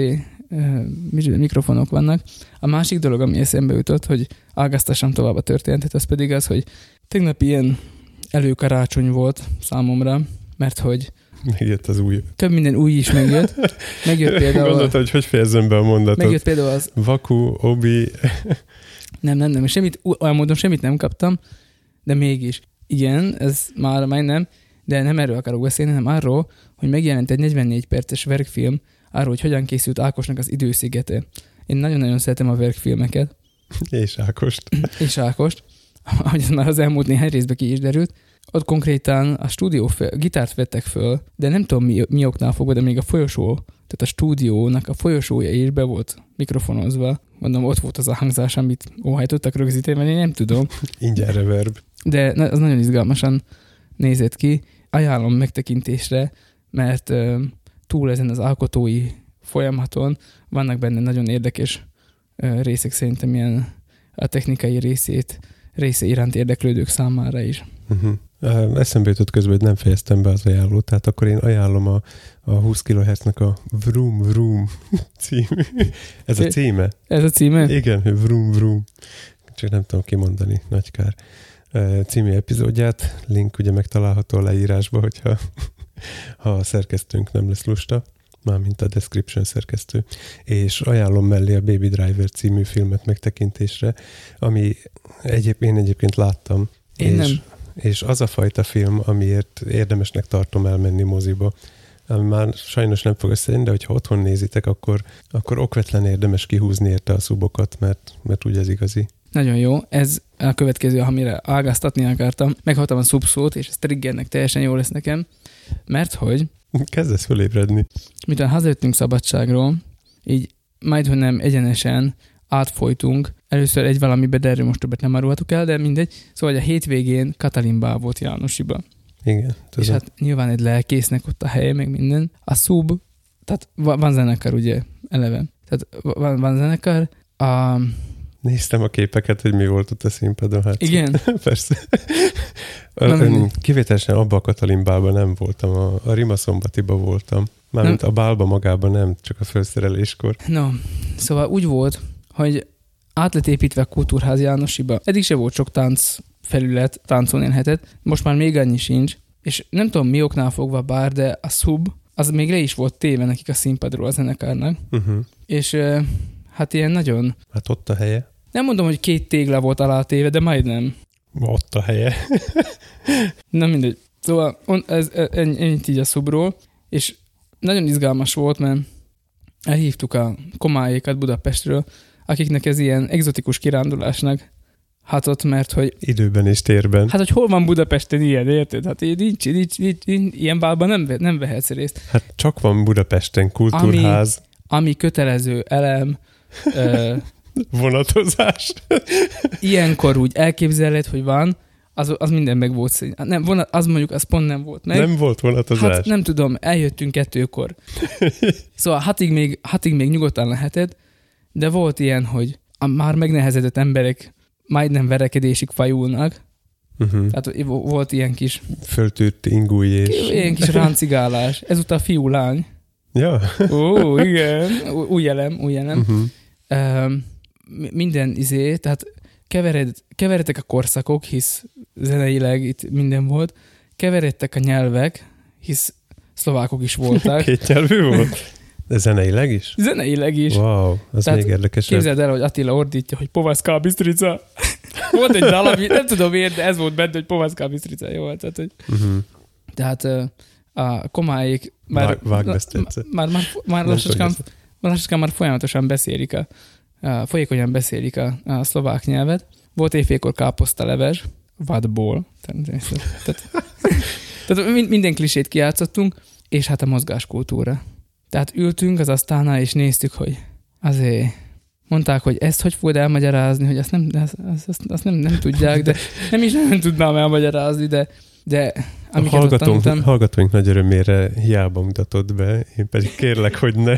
mikrofonok vannak. A másik dolog, ami eszembe jutott, hogy ágáztassam tovább a történetet, az pedig az, hogy tegnap ilyen előkarácsony volt számomra, mert hogy megjött az új. több minden új is megjött. Megjött például... Gondoltad, hogy fejezzem be a mondatot. Megjött például az... Vaku, Obi... Nem. Olyan módon semmit nem kaptam, de mégis. Igen, ez már nem, de nem erről akarok beszélni, hanem arról, hogy megjelent egy 44 perces verkfilm arról, hogy hogyan készült Ákosnak az Időszigete. Én nagyon-nagyon szeretem a verkfilmeket. És Ákost. És Ákost, ahogy ez már az elmúlt néhány részben ki is derült. Ott konkrétan a stúdió gitárt vettek föl, de nem tudom mi oknál fogva, de még a folyosó, tehát a stúdiónak a folyosója is be volt mikrofonozva. Mondom, ott volt az a hangzás, amit óhajtottak rögzíteni, mert én nem tudom. Ingyen reverb. De az nagyon izgalmasan nézett ki. Ajánlom megtekintésre, mert túl ezen az alkotói folyamaton vannak benne nagyon érdekes részek, szerintem ilyen a technikai része iránt érdeklődők számára is. Eszembe jutott közben, hogy nem fejeztem be az ajánlót, tehát akkor én ajánlom a 20 kHz-nek a Vroom Vroom című. Ez a címe? Ez a címe? Igen, Vroom Vroom. Csak nem tudom kimondani, nagy kár. Című epizódját, link ugye megtalálható a leírásba, hogyha ha a szerkesztőnk nem lesz lusta, mármint a description szerkesztő. És ajánlom mellé a Baby Driver című filmet megtekintésre, ami én egyébként láttam. Én nem. És az a fajta film, amiért érdemesnek tartom elmenni moziba, ami már sajnos nem fog összejönni, de hogyha otthon nézitek, akkor okvetlen érdemes kihúzni érte a szubokat, mert úgy ez igazi. Nagyon jó. Ez a következő, amire ágáztatni akartam. Meghaltam a szubszót, és ez triggernek teljesen jó lesz nekem, mert hogy... Kezdesz fölébredni. Miután hazajöttünk szabadságról, így majdhogy nem egyenesen átfolytunk. Először egy valamibe, de erről most többet nem árulhatok el, de mindegy. Szóval a hétvégén Katalinba volt Jánosiba. Igen. Tudom. És hát nyilván egy lelkésznek ott a helye, meg minden. A szub, tehát van zenekar ugye eleve. Tehát van zenekar. Néztem a képeket, hogy mi volt ott a színpadon. Hát igen? Persze. Kivételesen abban a Katalinbában nem voltam, a Rimaszombatiba voltam. Mármint a bálba magában nem, csak a felszereléskor. No, szóval úgy volt, hogy át lett építve a Kultúrház Jánosiba. Eddig se volt sok táncfelület, táncolni lehetett, most már még annyi sincs, és nem tudom mi oknál fogva bár, de a szub, az még le is volt téve nekik a színpadról a zenekarnak, és hát ilyen nagyon... Hát ott a helye. Nem mondom, hogy 2 tégla volt alá téve, de majdnem. Ott a helye. Na mindegy. Szóval ennyit így a szubról, és nagyon izgalmas volt, mert elhívtuk a komáékat Budapestről, akiknek ez ilyen egzotikus kirándulásnak hatott, mert hogy... Időben és térben. Hát, hogy hol van Budapesten ilyen, érted? Hát nincs ilyen bálban nem vehetsz részt. Hát csak van Budapesten kultúrház. Ami kötelező elem... vonatozás. Ilyenkor úgy elképzeled, hogy van, az minden meg volt. Nem, az mondjuk, az pont nem volt meg. Nem volt vonatozás. Hát nem tudom, eljöttünk 2-kor. Szóval hatig még nyugodtan lehetett, de volt ilyen, hogy a már megnehezedett emberek majdnem verekedésig fajulnak. Tehát volt ilyen kis... Föltűrt ingújés. Ilyen kis ráncigálás. Ezután fiú-lány. Ja. Ó, igen. Új elem. Minden tehát keveredtek a korszakok, hisz zeneileg itt minden volt. Keveredtek a nyelvek, hisz szlovákok is voltak. 2 nyelvű volt? De zeneileg is? Zeneileg is. Wow, az tehát még érdekesebb. Képzeld el, hogy Attila ordítja, hogy Povaszká Bistrica. Volt egy dal, ami nem tudom miért, de ez volt benne, hogy Povaszká Bistrica. Jó, tehát, hogy... Tehát a komáik már lassacskán már folyamatosan beszélik folyékonyan beszélik a szlovák nyelvet. Volt éjfélkor káposztaleves, vadból. Tehát minden klisét kijátszottunk, és hát a mozgáskultúra. Tehát ültünk az asztalnál, és néztük, hogy azért mondták, hogy ezt hogy fogod elmagyarázni, hogy azt nem tudják, de nem is nem tudnám elmagyarázni, de amiket ott tanultam... Hallgatóink nagy örömére hiába mutatod be, én pedig kérlek, hogy ne.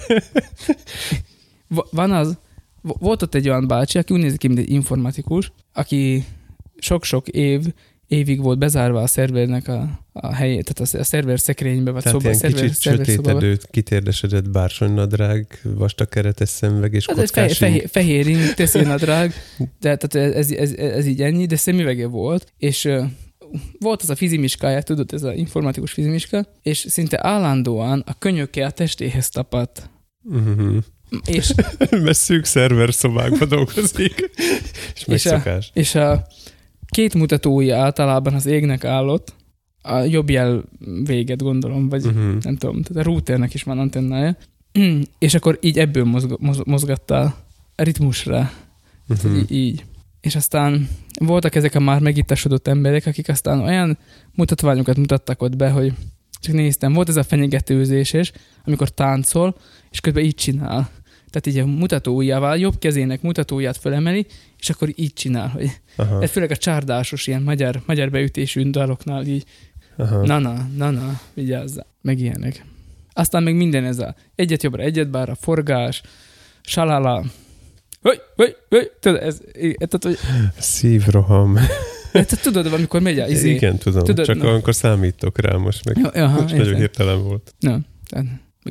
Volt ott egy olyan bácsi, aki úgy néz ki, mint egy informatikus, aki sok-sok évig volt bezárva a szervernek a helyét, tehát a szerver szekrénybe, vagy tehát ilyen kicsit sötétedő, kitérdesedett bársonynadrág, vastag keretes szemüveg és kockás. Fehér teszinadrág, de tehát ez így ennyi, de szemüvege volt, és volt az a fizimiskája, tudod, ez az informatikus fizimiska, és szinte állandóan a könyökkel a testéhez tapadt. Uh-huh. És mert szűk szerverszobákban dolgozik, és megszokás. És a két mutatója általában az égnek állott, a jobb jel véget gondolom, vagy nem tudom, tehát a routernek is van antennája, és akkor így ebből mozgatta a ritmusra. Így. És aztán voltak ezek a már megittasodott emberek, akik aztán olyan mutatványokat mutattak ott be, hogy csak néztem, volt ez a fenyegetőzés, és amikor táncol, és közben így csinál. Tehát így a mutatóujjával, jobb kezének mutatóját fölemeli, és akkor így csinál, hogy ez főleg a csárdásos ilyen magyar beütésű daloknál így na, vigyázzál, meg ilyenek. Aztán meg minden ez a egyet jobbra, egyet bárra, forgás, salala, tudod, hogy... Szívroham. Tudod, amikor megy a izé. Igen, tudom, tudod, csak amikor számítok rá most meg. Most nagyon hirtelen volt. Na, tehát...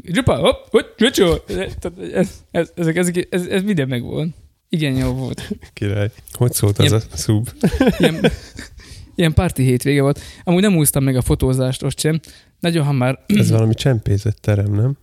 Ez minden meg volt. Igen, jó volt. Király. Hogy szólt az a szub? Ilyen party hétvége volt. Amúgy nem úsztam meg a fotózást most sem. Nagyon hamar... Ez valami csempézett terem, nem?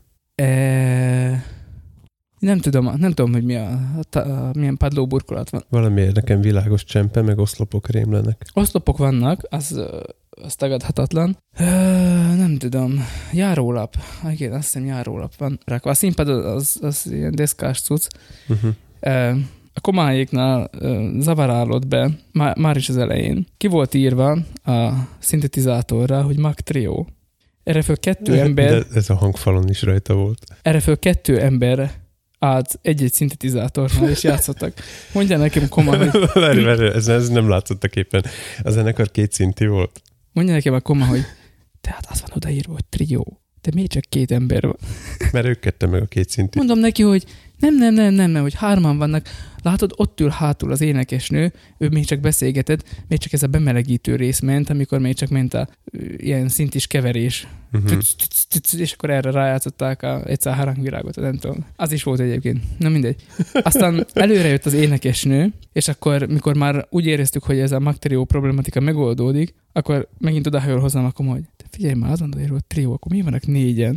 Nem tudom, hogy milyen padlóburkolat van. Valamiért nekem világos csempe, meg oszlopok rémlenek. Oszlopok vannak, az tagadhatatlan. Nem tudom. Járólap. Igen, azt hiszem járólap van rakva. A színpad az ilyen deszkás cucc. A komályéknál zavarálott be már is az elején. Ki volt írva a szintetizátorra, hogy Mac Trio. Erre föl 2 ember... De ez a hangfalon is rajta volt. Erre föl 2 ember állt egy-egy szintetizátornál, és játszottak. Mondja nekem Koma, hogy... ez nem látszott a képen. A zenekar 2 szinti volt. Mondja nekem a Koma, hogy tehát az van odaírva, hogy Trio. De miért csak 2 ember van? Mert ők ketten meg a 2 szinti. Mondom neki, hogy nem, hogy 3 vannak. Látod, ott ül hátul az énekesnő, ő még csak beszélgetett, még csak ez a bemelegítő rész ment, amikor még csak ment a ilyen szintis keverés. És akkor erre rájátszották egyszer harangvirágot, nem tudom. Az is volt egyébként. Na mindegy. Aztán előre jött az énekesnő, és akkor, mikor már úgy éreztük, hogy ez a Mac Trio problematika megoldódik, akkor megint odahajol hozzám, akkor hogy te figyelj már, azon odaírva, hogy Trio, akkor mi vannak 4-en?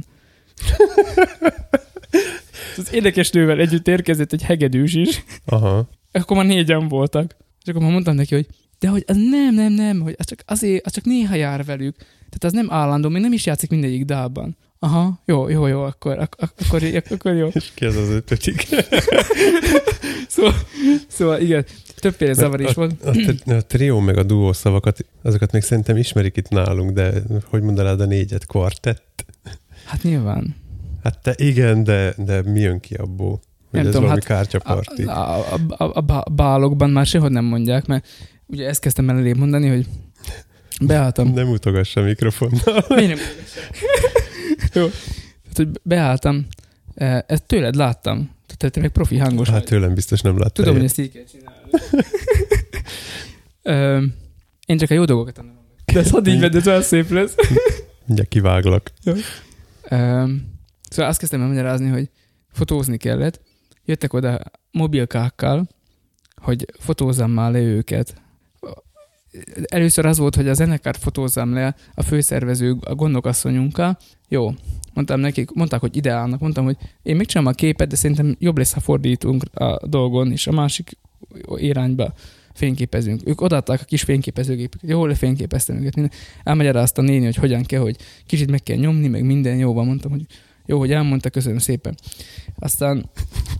Az énekesnővel együtt érkezett egy hegedűs is. Aha. Akkor már 4-en voltak. És akkor már mondtam neki, hogy de hogy az nem, hogy az csak azért, az csak néha jár velük. Tehát az nem állandó, még nem is játszik mindegyik dálban. Aha, jó, akkor jó. És ki az 5. Szóval igen, többféle zavar is volt. A trió meg a duó szavakat, azokat még szerintem ismerik itt nálunk, de hogy mondanád a 4-et? Kvartett? Hát nyilván. Hát te igen, de mi jön ki abból? Hogy nem ez tudom, valami kártyaparti. A bálokban már sehogy nem mondják, mert ugye ezt kezdtem el elébb mondani, hogy beálltam. Nem utogass a mikrofonnal. Miért nem jó. Tehát, hogy beálltam, ezt tőled láttam. Tehát te meg profi hangos. Hát tőlem biztos nem láttál. Tudom, hogy ezt így kell csinálni. Én csak a jó dolgokat tanulom. De ez hadd így vedd, ez olyan szép lesz. Mindjárt kiváglak. Jó. Szóval azt kezdtem elmagyarázni, hogy fotózni kellett. Jöttek oda mobilkákkal, hogy fotózzam már le őket. Először az volt, hogy a zenekart fotózzam le a főszervező, a gondokasszonyunkkal. Jó, mondták, hogy ideálnak. Mondtam, hogy én megcsinálom a képet, de szerintem jobb lesz, ha fordítunk a dolgon, és a másik irányba fényképezünk. Ők odaadták a kis fényképezőgépüket, jól lefényképeztem őket. Elmagyarázta a néni, hogy hogyan kell, hogy kicsit meg kell nyomni, meg minden jóban. Mondtam, hogy jó, hogy elmondta, köszönöm szépen. Aztán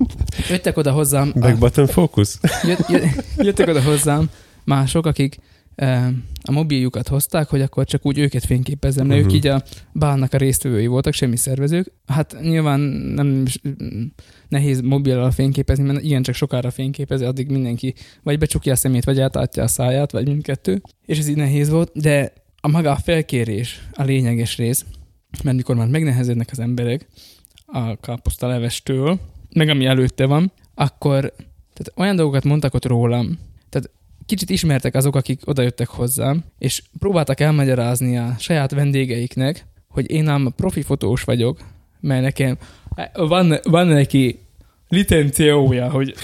jöttek oda hozzám... Back button focus. Jöttek oda hozzám mások, akik a mobiljukat hozták, hogy akkor csak úgy őket fényképezzem, mert ők így a bálnak a résztvevői voltak, semmi szervezők. Hát nyilván nem nehéz mobillal fényképezni, mert igencsak sokára fényképezi, addig mindenki vagy becsukja a szemét, vagy átátja a száját, vagy mindkettő. És ez így nehéz volt, de a maga a felkérés a lényeges rész, mert mikor már megnehezednek az emberek a káposztalevestől, meg ami előtte van, akkor tehát olyan dolgokat mondtak ott rólam, tehát kicsit ismertek azok, akik odajöttek hozzám, és próbáltak elmagyarázni a saját vendégeiknek, hogy én ám profi fotós vagyok, mert nekem van neki licenciója, hogy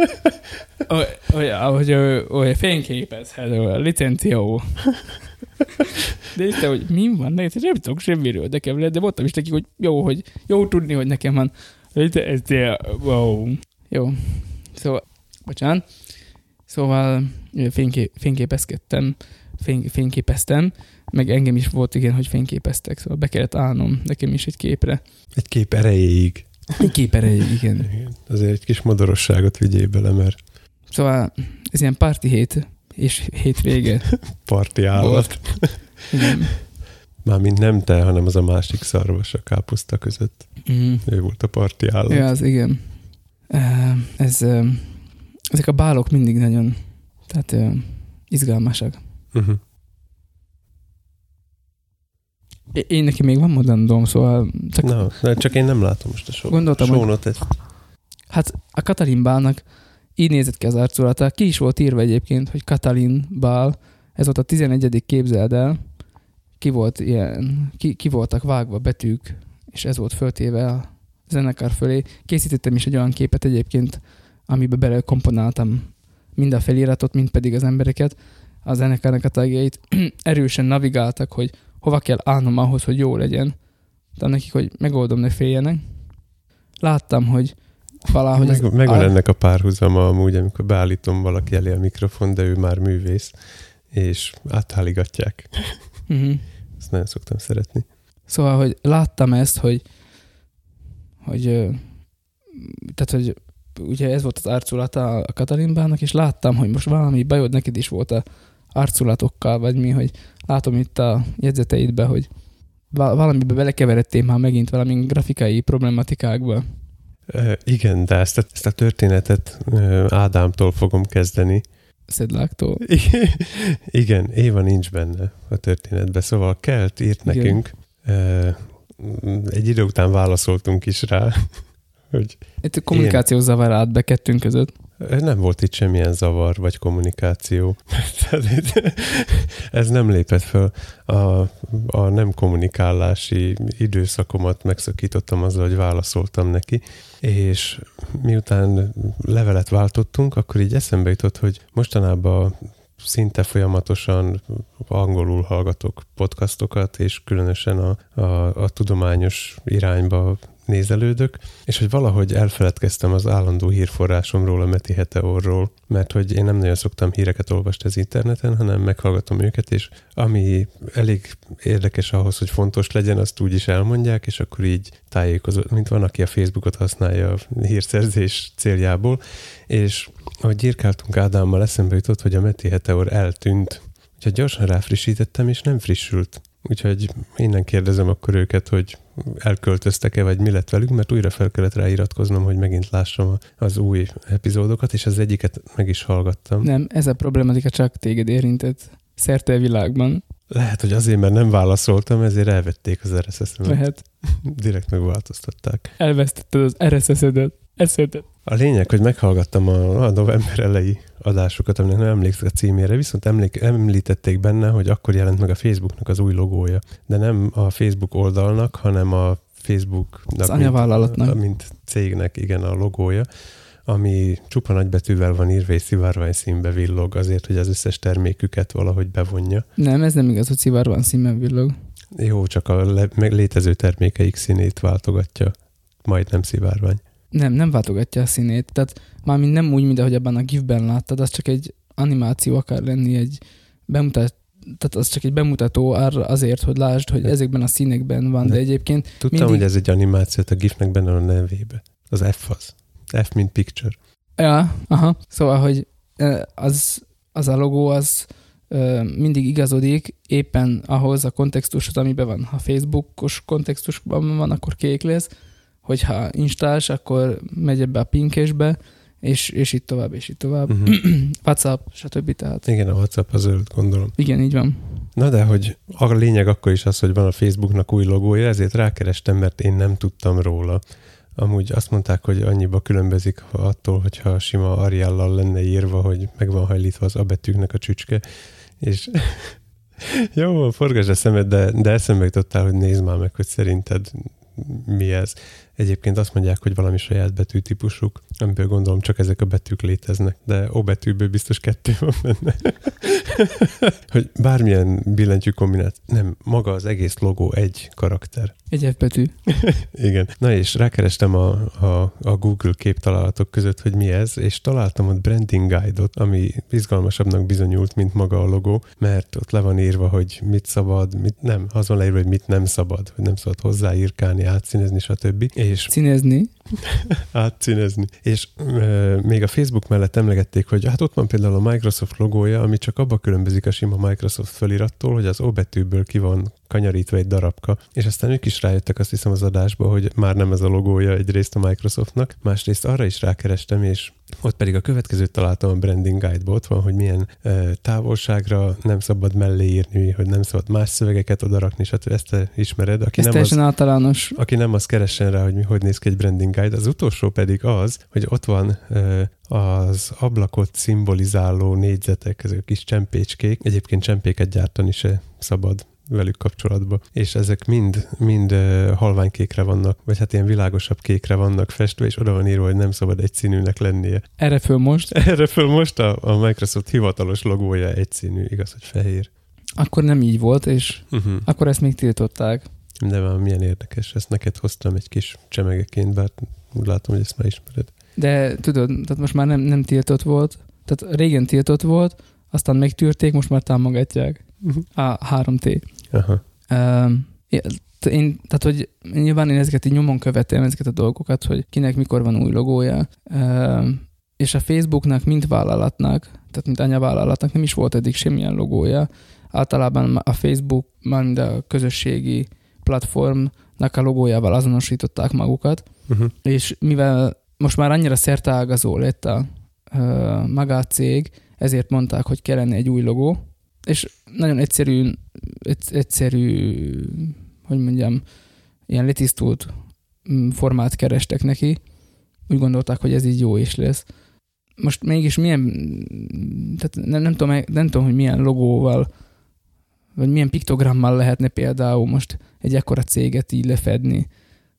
fényképezhet, licenció. De érte, hogy mi van, nem tudok semmiről, nekem lehet, de mondtam is neki, hogy jó tudni, hogy nekem van licenció. Wow. Jó. Szóval fényképeztem, meg engem is volt, igen, hogy fényképeztek, szóval be kellett állnom nekem is egy képre. Egy kép erejéig. Egy kép erejéig, igen. Azért egy kis modorosságot vigyél bele, mert... Szóval ez ilyen parti hét és hétvége. Parti állat. Igen. Mármint nem te, hanem az a másik szarvas a káposzta között. Ő volt a parti állat. Ja, az igen. Ezek a bálok mindig nagyon izgalmasak. Én neki még van mondandóm, szóval... Csak én nem látom most a sónot. Hát a Katalin bálnak így nézett ki az arculata. Ki is volt írva egyébként, hogy Katalin bál. Ez volt a 11. képzeld el. Ki voltak vágva betűk, és ez volt föltéve a zenekar fölé. Készítettem is egy olyan képet egyébként, amiben belekomponáltam mind a feliratot, mind pedig az embereket, a zenekarnak a tagjait. Erősen navigáltak, hogy hova kell állnom ahhoz, hogy jó legyen. De nekik, hogy megoldom, ne féljenek. Láttam, hogy valahogy... Megvan ennek a párhuzama amúgy, amikor beállítom valaki elé a mikrofon, de ő már művész, és átháligatják. Ezt nagyon szoktam szeretni. Szóval, hogy láttam ezt, hogy ugye ez volt az arculata a Katalinbának, és láttam, hogy most valami bajod neked is volt a arculatokkal, vagy mi, hogy látom itt a jegyzeteidbe, hogy valamibe belekeveredtél már megint valami grafikai problematikákba. Igen, de ezt a történetet Ádámtól fogom kezdeni. Szedláktól? Igen, Éva nincs benne a történetben, szóval Kelt írt nekünk, egy idő után válaszoltunk is rá, hogy... Itt a kommunikáció zavar át be kettőnk között. Nem volt itt semmilyen zavar, vagy kommunikáció. Ez nem lépett föl. A nem kommunikálási időszakomat megszakítottam azzal, hogy válaszoltam neki, és miután levelet váltottunk, akkor így eszembe jutott, hogy mostanában szinte folyamatosan angolul hallgatok podcastokat, és különösen a tudományos irányba nézelődök, és hogy valahogy elfeledkeztem az állandó hírforrásomról, a Meti Heteorról, mert hogy én nem nagyon szoktam híreket olvasni az interneten, hanem meghallgatom őket, és ami elég érdekes ahhoz, hogy fontos legyen, azt úgy is elmondják, és akkor így tájékozott, mint van, aki a Facebookot használja a hírszerzés céljából, és ahogy írkáltunk Ádámmal, eszembe jutott, hogy a Meti Heteor eltűnt, úgyhogy gyorsan ráfrissítettem, és nem frissült. Úgyhogy innen kérdezem akkor őket, hogy elköltöztek-e, vagy mi lett velük, mert újra fel kellett ráiratkoznom, hogy megint lássam az új epizódokat, és az egyiket meg is hallgattam. Nem, ez a problematika csak téged érintett szerte a világban. Lehet, hogy azért, mert nem válaszoltam, ezért elvették az RSS-emet. Lehet. Direkt megváltoztatták. Elvesztetted az RSS-edet. A lényeg, hogy meghallgattam a november elejé adásokat, aminek nem emlékszek a címére, viszont említették benne, hogy akkor jelent meg a Facebooknak az új logója. De nem a Facebook oldalnak, hanem a Facebooknak, az anyavállalatnak, mint cégnek, igen, a logója, ami csupa nagybetűvel van írva, és szivárvány színbe villog azért, hogy az összes terméküket valahogy bevonja. Nem, ez nem igaz, hogy szivárvány színben villog. Jó, csak a létező termékeik színét váltogatja, majdnem szivárvány. Nem váltogatja a színét. Tehát mármint nem úgy, mint ahogy abban a GIF-ben láttad, az csak egy animáció akar lenni, tehát az csak egy bemutató azért, hogy lásd, hogy ezekben a színekben van, de egyébként... Tudtam, hogy ez egy animációt, a GIF-nek benne a nevébe. Az F az. F mint picture. Ja, aha. Szóval, hogy az a logó, az mindig igazodik éppen ahhoz a kontextushoz, amiben van. Ha Facebookos kontextusban van, akkor kék lesz, hogyha Instás, akkor megy ebbe a pinkesbe, és itt tovább, és itt tovább. WhatsApp, stb. Tehát. Igen, a WhatsApp a zöld, gondolom. Igen, így van. Na de, hogy a lényeg akkor is az, hogy van a Facebooknak új logója, ezért rákerestem, mert én nem tudtam róla. Amúgy azt mondták, hogy annyiba különbözik attól, hogyha sima Ariallal lenne írva, hogy meg van hajlítva az A betűknek a csücske, és jó, forgasd a szemed, de eszembe jutottál, hogy nézd már meg, hogy szerinted mi ez. Egyébként azt mondják, hogy valami saját betűtípusuk, amiből gondolom csak ezek a betűk léteznek, de O betűből biztos 2 van benne. Hogy bármilyen billentyű kombináció, nem, maga az egész logó egy karakter. Egy F betű. Igen. Na és rákerestem a Google képtalálatok között, hogy mi ez, és találtam ott branding guide-ot, ami izgalmasabbnak bizonyult, mint maga a logó, mert ott le van írva, hogy mit szabad, mit nem. Az van leírva, hogy mit nem szabad, hogy nem szabad hozzáírkálni, átszínezni, stb. És színezni. átszínezni. És még a Facebook mellett emlegették, hogy hát ott van például a Microsoft logója, ami csak abba különbözik a sima Microsoft felirattól, hogy az O betűből ki van kanyarítva egy darabka. És aztán ők is rájöttek, azt hiszem az adásba, hogy már nem ez a logója egyrészt a Microsoftnak, másrészt arra is rákerestem, és ott pedig a következőt találtam a branding guide-ba, ott van, hogy milyen távolságra nem szabad mellé írni, hogy nem szabad más szövegeket odarakni, stb. Ezt te ismered. Ez teljesen általános. Aki nem, az keressen rá, hogy néz ki egy branding guide. Az utolsó pedig az, hogy ott van az ablakot szimbolizáló négyzetek, ezek kis csempécskék. Egyébként csempéket gyártani se szabad velük kapcsolatban. És ezek mind halványkékre vannak, vagy hát ilyen világosabb kékre vannak festve, és oda van írva, hogy nem szabad egyszínűnek lennie. Erre föl most a Microsoft hivatalos logója egyszínű, igaz, hogy fehér. Akkor nem így volt, és akkor ezt még tiltották. De már milyen érdekes, ezt neked hoztam egy kis csemegeként, bár úgy látom, hogy ezt már ismered. De tudod, tehát most már nem tiltott volt, tehát régen tiltott volt, aztán megtűrték, most már támogatják. A 3T. Aha. Tehát, hogy nyilván én ezeket így nyomon követem, ezeket a dolgokat, hogy kinek mikor van új logója, és a Facebooknak, mint vállalatnak, tehát mint anyavállalatnak nem is volt eddig semmilyen logója. Általában a Facebook, mind a közösségi platformnak a logójával azonosították magukat, és mivel most már annyira szerteágazó lett a maga a cég, ezért mondták, hogy kellene egy új logó, és nagyon egyszerű, hogy mondjam, ilyen letisztult formát kerestek neki. Úgy gondolták, hogy ez így jó is lesz. Most mégis milyen, tehát nem tudom, hogy milyen logóval, vagy milyen piktogrammal lehetne például most egy ekkora céget így lefedni.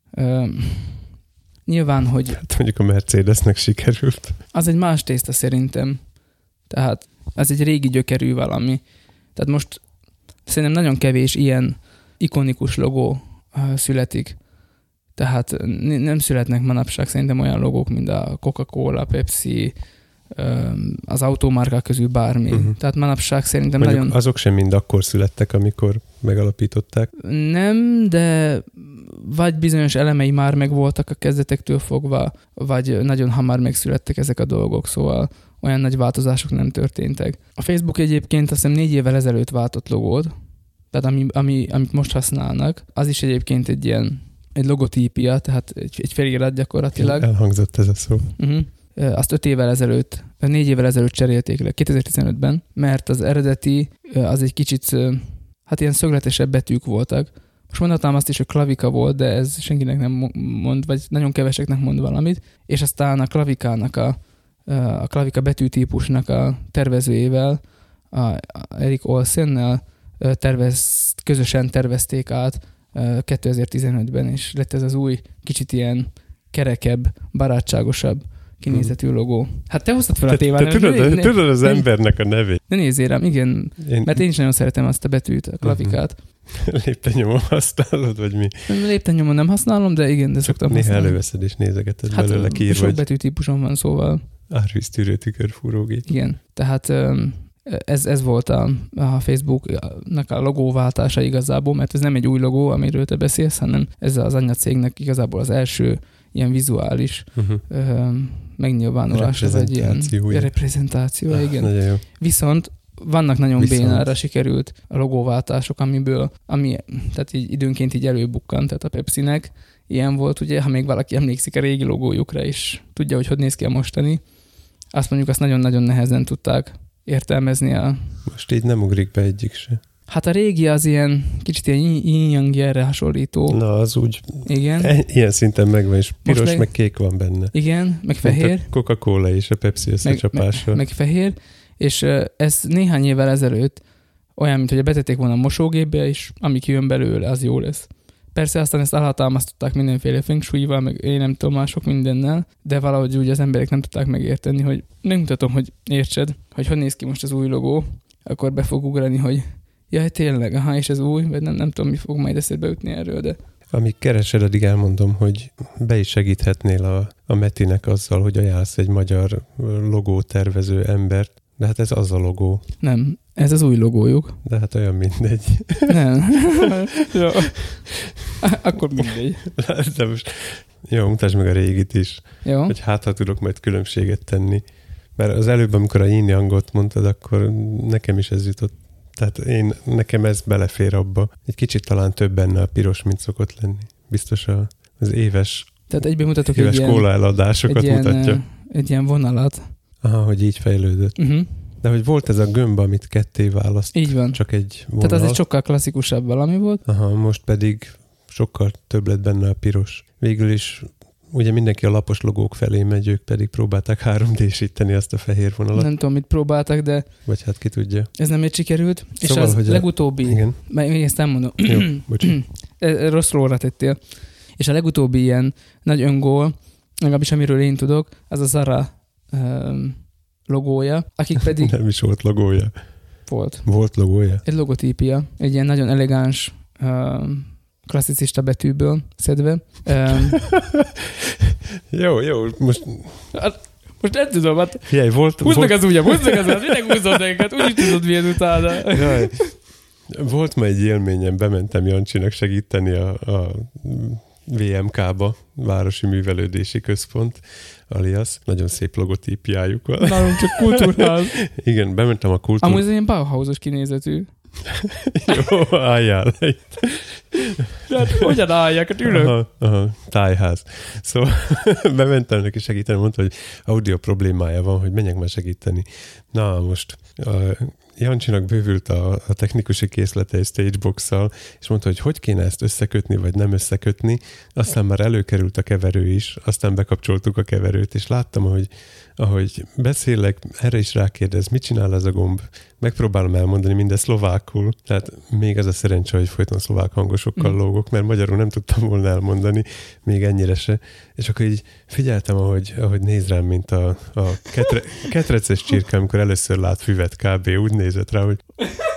Nyilván, hogy... Hát mondjuk a Mercedesnek sikerült. Az egy más tészta szerintem. Tehát ez egy régi gyökerű valami. Tehát most szerintem nagyon kevés ilyen ikonikus logó születik. Tehát nem születnek manapság szerintem olyan logók, mint a Coca-Cola, Pepsi, az automárkák közül bármi. Tehát manapság szerintem mondjuk nagyon... azok sem mind akkor születtek, amikor megalapították. Nem, de vagy bizonyos elemei már megvoltak a kezdetektől fogva, vagy nagyon hamar megszülettek ezek a dolgok, szóval olyan nagy változások nem történtek. A Facebook egyébként azt hiszem 4 évvel ezelőtt váltott logót, tehát amit most használnak, az is egyébként egy logotípia, tehát egy felirat gyakorlatilag. Elhangzott ez a szó. Azt 4 évvel ezelőtt cserélték le, 2015-ben, mert az eredeti az egy kicsit, hát ilyen szögletesebb betűk voltak. Most mondhatnám azt is, hogy klavika volt, de ez senkinek nem mond, vagy nagyon keveseknek mond valamit, és aztán a klavikának a klavika betűtípusnak a tervezőjével, a Erik Olsennel közösen tervezték át 2015-ben, és lett ez az új, kicsit ilyen kerekebb, barátságosabb kinézetű logó. Hát te hoztad fel a témát. Tudod az embernek a nevét. Ne nézzél rám, igen. Mert én is nagyon szeretem azt a betűt, a klavikát. Léptennyomon használod, vagy mi? Léptennyomon nem használom, de igen, de szoktam néha használni. Előveszed és nézegeted hát belőle kiír, sok betűtípuson van, szóval. Árvíztűrő tükörfúrógép. Igen, tehát ez volt a Facebooknak a logóváltása igazából, mert ez nem egy új logó, amiről te beszélsz, hanem ez az anyacégnek igazából az első ilyen vizuális megnyilvánulása, vagy ilyen reprezentációja, igen. Nagyon jó. Viszont vannak nagyon Viszont bénára sikerült logóváltások, tehát így időnként így előbukkant, tehát a Pepsinek ilyen volt, ugye, ha még valaki emlékszik a régi logójukra is, tudja, hogy néz ki a mostani. Azt mondjuk azt nagyon-nagyon nehezen tudták értelmezni Most így nem ugrik be egyik se. Hát a régi az ilyen, kicsit ilyen yin-yang-jelre hasonlító. Na, az úgy igen. Ilyen szinten megvan, és piros, meg kék van benne. Igen, meg fehér. A Coca-Cola és a Pepsi összecsapása. Meg fehér, és ez néhány évvel ezelőtt olyan, mint hogy betették volna a mosógépbe, és ami kijön belőle, az jó lesz. Persze aztán ezt elhatalmaztatták mindenféle feng shui-val, meg én nem tudom, mások mindennel, de valahogy úgy az emberek nem tudták megérteni, hogy megmutatom, hogy értsed, hogy néz ki most az új logó, akkor be fog ugrani, hogy jaj, tényleg, aha, és ez új, vagy nem tudom, mi fog majd eszedbe jutni erről, de... Amíg keresed, addig elmondom, hogy be is segíthetnél a Metinek azzal, hogy ajánlsz egy magyar logótervező embert, de hát ez az a logó. Nem, ez az új logójuk. De hát olyan mindegy. Nem. Jó. Akkor mindegy. De most, jó, mutasd meg a régit is. Jó. Hogy ha tudok majd különbséget tenni. Mert az előbb, amikor a yin-yangot mondtad, akkor nekem is ez jutott. Tehát nekem ez belefér abba. Egy kicsit talán több benne a piros, mint szokott lenni. Biztos az éves, tehát egyben mutatok éves kóla eladásokat mutatja. Egy ilyen vonalat. Aha, hogy így fejlődött. Uh-huh. De hogy volt ez a gömb, amit ketté választ. Így van. Csak egy vonal. Tehát az egy sokkal klasszikusabb valami volt. Aha, most pedig sokkal több lett benne a piros. Végül is ugye mindenki a lapos logók felé megy, ők pedig próbálták 3D-síteni azt a fehér vonalat. Nem tudom, mit próbáltak, de... Vagy hát ki tudja. Ez nem sikerült. Szóval, és az hogy legutóbbi... Igen. Még ezt nem mondom. Jó, bocsánat. Rossz róla tettél. És a legutóbbi ilyen nagy öngól, legalábbis amiről én tudok, az a Zara logója, akik pedig... Nem is volt logója. Volt. Volt logója? Egy logotípia. Egy ilyen nagyon elegáns klasszicista betűből szedve. Jó, most nem tudom, hát... Figyelj, húzd meg az ujjam, minek húzod neked? Úgy is tudod, milyen utána. Jaj. Volt ma egy élményem, bementem Jancsinak segíteni a VMK-ba, Városi Művelődési Központ, alias, nagyon szép logotípiájuk van. Nálunk csak kultúrház. Igen, bementem a kultúr... Amúgy ez ilyen Bauhausos kinézetű. Jó, álljál itt. Hát hogyan álljak, hát ülök. Aha, tájház. Szóval bementem neki segíteni, mondta, hogy audio problémája van, hogy menjek már segíteni. Na, most Jancsinak bővült a technikusi készlete egy Stagebox-szal, és mondta, hogy kéne ezt összekötni, vagy nem összekötni. Aztán már előkerült a keverő is, aztán bekapcsoltuk a keverőt, és láttam, ahogy beszélek, erre is rákérdez, mit csinál ez a gomb? Megpróbálom elmondani mindezt szlovákul. Tehát még az a szerencse, hogy folyton szlovák hangosokkal lógok, mert magyarul nem tudtam volna elmondani, még ennyire se. És akkor így figyeltem, ahogy néz rám, mint a ketreces csirke, amikor először lát füvet kb. Úgy nézett rá, hogy...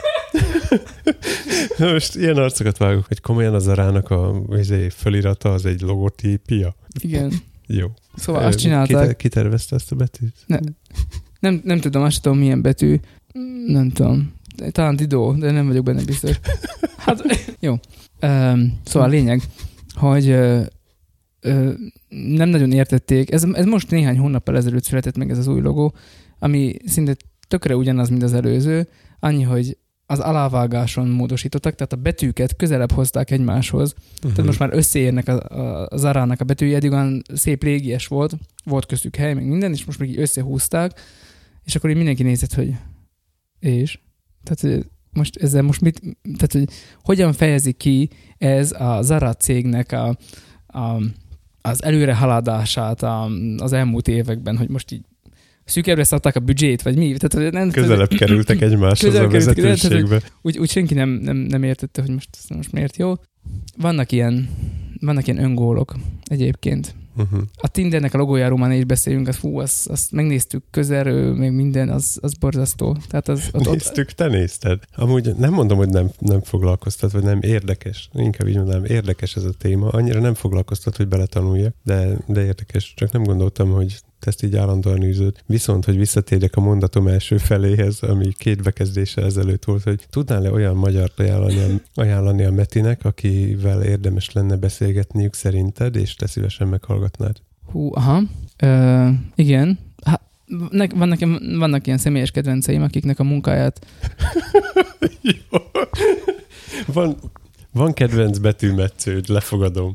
Most ilyen arcokat vágok, hogy komolyan az Zarának a fölirata az egy logotípia. Igen. Jó. Szóval azt csinálták. Ki tervezte ezt a betűt? Nem tudom, azt tudom, milyen betű. Nem tudom. Talán Didó, de nem vagyok benne biztos. Hát, jó. Szóval a lényeg, hogy nem nagyon értették. Ez most néhány hónappal ezelőtt született meg ez az új logó, ami szinte tökre ugyanaz, mint az előző, annyi, hogy az alávágáson módosítottak, tehát a betűket közelebb hozták egymáshoz. Tehát most már összeérnek a Zarának a betűje, eddig olyan szép régies volt köztük hely, meg minden, és most meg így összehúzták, és akkor így mindenki nézett, hogy és? Tehát most mit, tehát hogy hogyan fejezi ki ez a Zara cégnek az előrehaladását az elmúlt években, hogy most így szűkebbre szabták a büdzsét, vagy mi? Tehát, nem, közelebb kerültek egymáshoz a vezetőségbe. Úgy senki nem értette, hogy most miért jó. Vannak ilyen öngólok egyébként. A Tindernek a logójáról már is beszéljünk, azt megnéztük közelről, még minden, az borzasztó. Tehát néztük, te nézted. Amúgy nem mondom, hogy nem foglalkoztat, vagy nem érdekes. Inkább így mondanám, érdekes ez a téma. Annyira nem foglalkoztat, hogy beletanuljak, de érdekes. Csak nem gondoltam, hogy te ezt így állandóan űzöd. Viszont, hogy visszatérjek a mondatom első feléhez, ami 2 bekezdése ezelőtt volt, hogy tudnál-e olyan magyart ajánlani a Metinek, akivel érdemes lenne beszélgetniük szerinted, és te szívesen meghallgatnád? Aha. Igen. Vannak ilyen személyes kedvenceim, akiknek a munkáját... Van kedvenc betűmetsződ, lefogadom.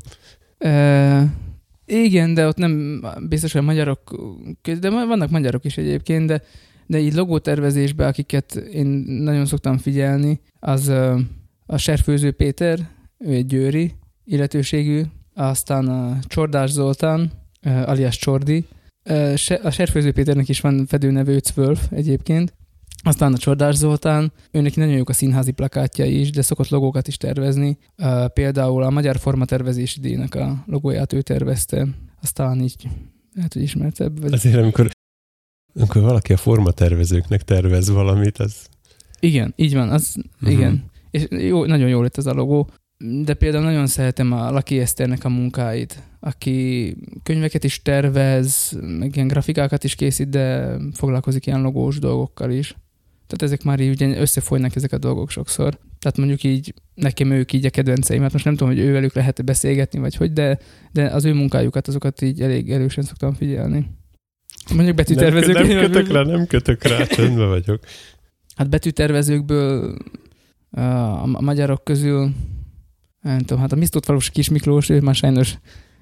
Igen, de ott nem biztos, hogy magyarok, de vannak magyarok is egyébként, de így logótervezésben, akiket én nagyon szoktam figyelni, az a Serfőző Péter, ő egy győri illetőségű, aztán a Csordás Zoltán, alias Csordi. A Serfőző Péternek is van fedőneve, Öcvölf egyébként. Aztán a Csordás Zoltán, őnek nagyon jók a színházi plakátjai is, de szokott logókat is tervezni. Például a Magyar Formatervezési Díjnak a logóját ő tervezte. Aztán így lehet, hogy ismertebb. Vagy... Azért, amikor valaki a formatervezőknek tervez valamit, az... Igen, így van, igen. És nagyon jó lett ez a logó. De például nagyon szeretem a Laki Eszternek a munkáit, aki könyveket is tervez, meg ilyen grafikákat is készít, de foglalkozik ilyen logós dolgokkal is. Tehát ezek már így ugye összefolynak ezek a dolgok sokszor. Tehát mondjuk így nekem ők így a kedvenceim, hát most nem tudom, hogy ővelük lehet beszélgetni, vagy hogy, de az ő munkájukat, azokat így elég erősen szoktam figyelni. Mondjuk betűtervezők. Nem kötök rá, csöndben vagyok. Hát betűtervezőkből a magyarok közül nem tudom, hát a Misztótfalusi Kis Miklós, ő már sajnos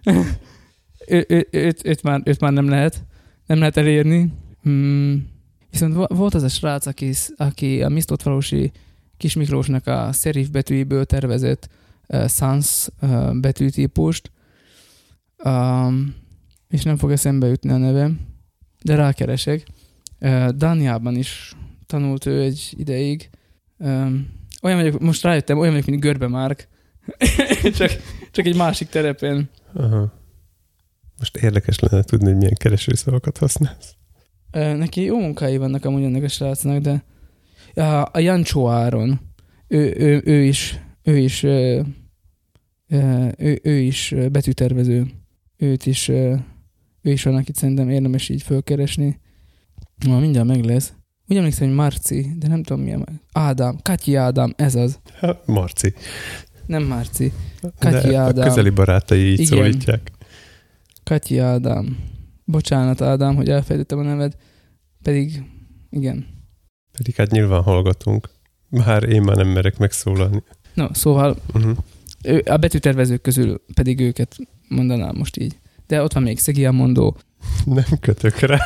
őt már nem lehet elérni. Viszont volt az a srác, aki a Misztótfalusi Kis Miklósnak a szerif betűiből tervezett sans betűtípust, és nem fog eszembe jutni a neve, de rákeresek. Dániában is tanult ő egy ideig. Olyan vagyok, most rájöttem, olyan vagyok, mint Görbe Márk, csak egy másik terepen. Aha. Most érdekes lenne tudni, hogy milyen keresőszavakat használsz. Neki jó munkái vannak amúgy ennek a srácnak, de a Jancsó Áron, ő is betűtervező. Ő is van, akit szerintem érdemes így fölkeresni. Mindjárt meg lesz. Úgy emlékszem, hogy Marci, de nem tudom milyen. Ádám, Katyi Ádám, ez az. Marci. Nem Marci. Katyi Ádám. A közeli barátai így szólítják. Katyi Ádám. Bocsánat, Ádám, hogy elfejtettem a neved. Pedig, igen. Pedig hát nyilván hallgatunk. Bár én már nem merek megszólalni. No, szóval a betűtervezők közül pedig őket mondanám most így. De ott van még Szegi Mondó. Nem kötök rá.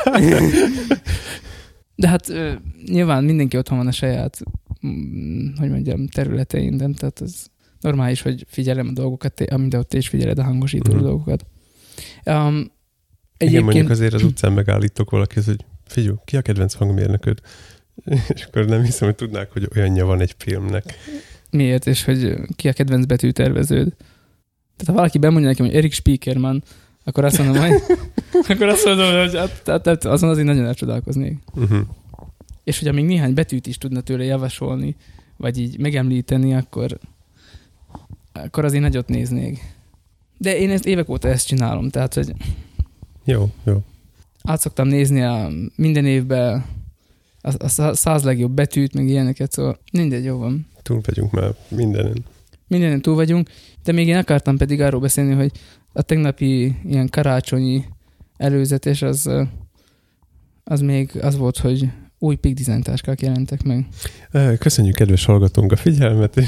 De hát nyilván mindenki otthon van a saját, hogy mondjam, területein, de tehát ez normális, hogy figyelem a dolgokat, amint ott is figyeled a hangosító dolgokat. Igen, mondjuk azért az utcán megállítok valaki, hogy figyelj, ki a kedvenc hangmérnököd? És akkor nem hiszem, hogy tudnák, hogy olyanja van egy filmnek. Miért? És hogy ki a kedvenc betűterveződ? Tehát ha valaki bemondja nekem, hogy Erik Spiekerman, akkor azt mondom, hogy azon azért nagyon elcsodálkoznék. És hogyha még néhány betűt is tudna tőle javasolni, vagy így megemlíteni, akkor azért nagyot néznék. De én évek óta ezt csinálom, tehát, hogy Jó. át szoktam nézni minden évben a 100 legjobb betűt, meg ilyeneket, szóval mindegy, jó van. Túl vagyunk már mindenen. Mindenen túl vagyunk, de még én akartam pedig arról beszélni, hogy a tegnapi ilyen karácsonyi előzetes az még az volt, hogy új Peak Design táskák jelentek meg. Köszönjük, kedves hallgatónk, a figyelmet.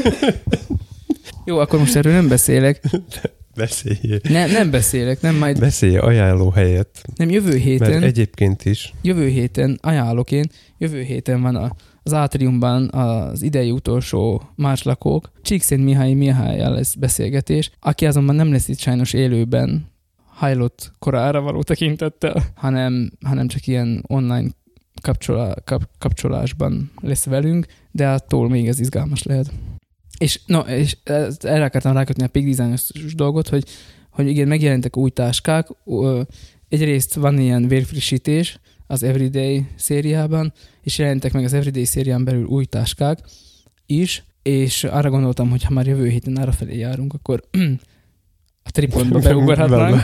Jó, akkor most erről nem beszélek. Beszéljél. Nem beszélek, nem majd... Beszélj ajánló helyett. Nem, jövő héten... Mert egyébként is. Jövő héten ajánlok én. Jövő héten van az Átriumban az idei utolsó Márslakók. Csíkszent Mihályjal lesz beszélgetés, aki azonban nem lesz itt sajnos élőben hajlott korára való tekintettel, hanem csak ilyen online kapcsolásban lesz velünk, de attól még ez izgalmas lehet. És erre akartam rákötni a Peak Design-os dolgot, hogy igen, megjelentek új táskák. Egyrészt van ilyen vérfrissítés az Everyday szériában, és jelentek meg az Everyday szérián belül új táskák is, és arra gondoltam, hogy ha már jövő héten arra felé járunk, akkor a tripontba beugorhatnánk.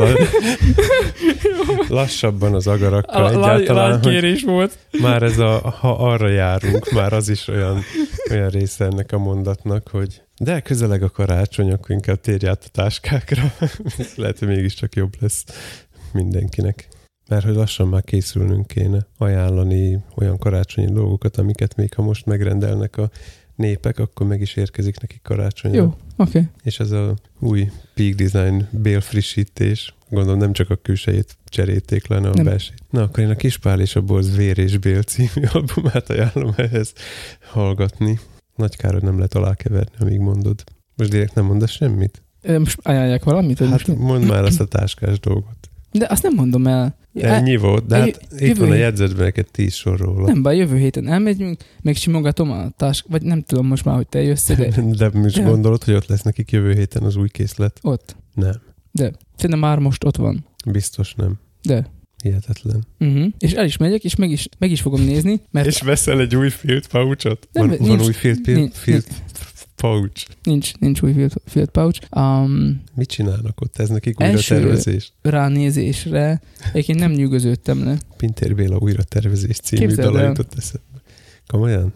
Lassabban az agarakkal egyáltalán, kérés volt. Már ez ha arra járunk, már az is olyan része ennek a mondatnak, hogy de közeleg a karácsony, akkor inkább térj át a táskákra. Lehet, hogy mégiscsak jobb lesz mindenkinek. Mert hogy lassan már készülnünk kéne ajánlani olyan karácsonyi dolgokat, amiket még ha most megrendelnek a népek, akkor meg is érkezik nekik karácsonyra. Jó, oké. És ez a új Peak Design bélfrissítés, gondolom nem csak a külsejét cserélték le, hanem a belsejét. Na, akkor én a Kispál és a Borz Vér és Bél című albumát ajánlom ehhez hallgatni. Nagy kár, hogy nem lehet alákeverni, amíg mondod. Most direkt nem mondasz semmit? Most ajánlják valamit? Hát mondd már azt a táskás dolgot. De azt nem mondom el. Ennyi volt, de hát itt van a jegyzetben neked 10 sor róla. Nem baj, jövő héten elmegyünk, meg simogatom a vagy nem tudom most már, hogy te jössz ide. De most gondolod, hogy ott lesz nekik jövő héten az új készlet? Ott. Nem. De. Szerintem már most ott van. Biztos nem. De. Hihetetlen. És el is megyek, és meg is fogom nézni. Mert és veszel egy új field pouchot? Van új field pouch? Nincs új field pouch. Mit csinálnak ott? Ez nekik újra tervezés? Ránézésre egyébként nem nyűgöződtem le. Pintér Béla újra tervezés című dala jutott eszembe. Komolyan?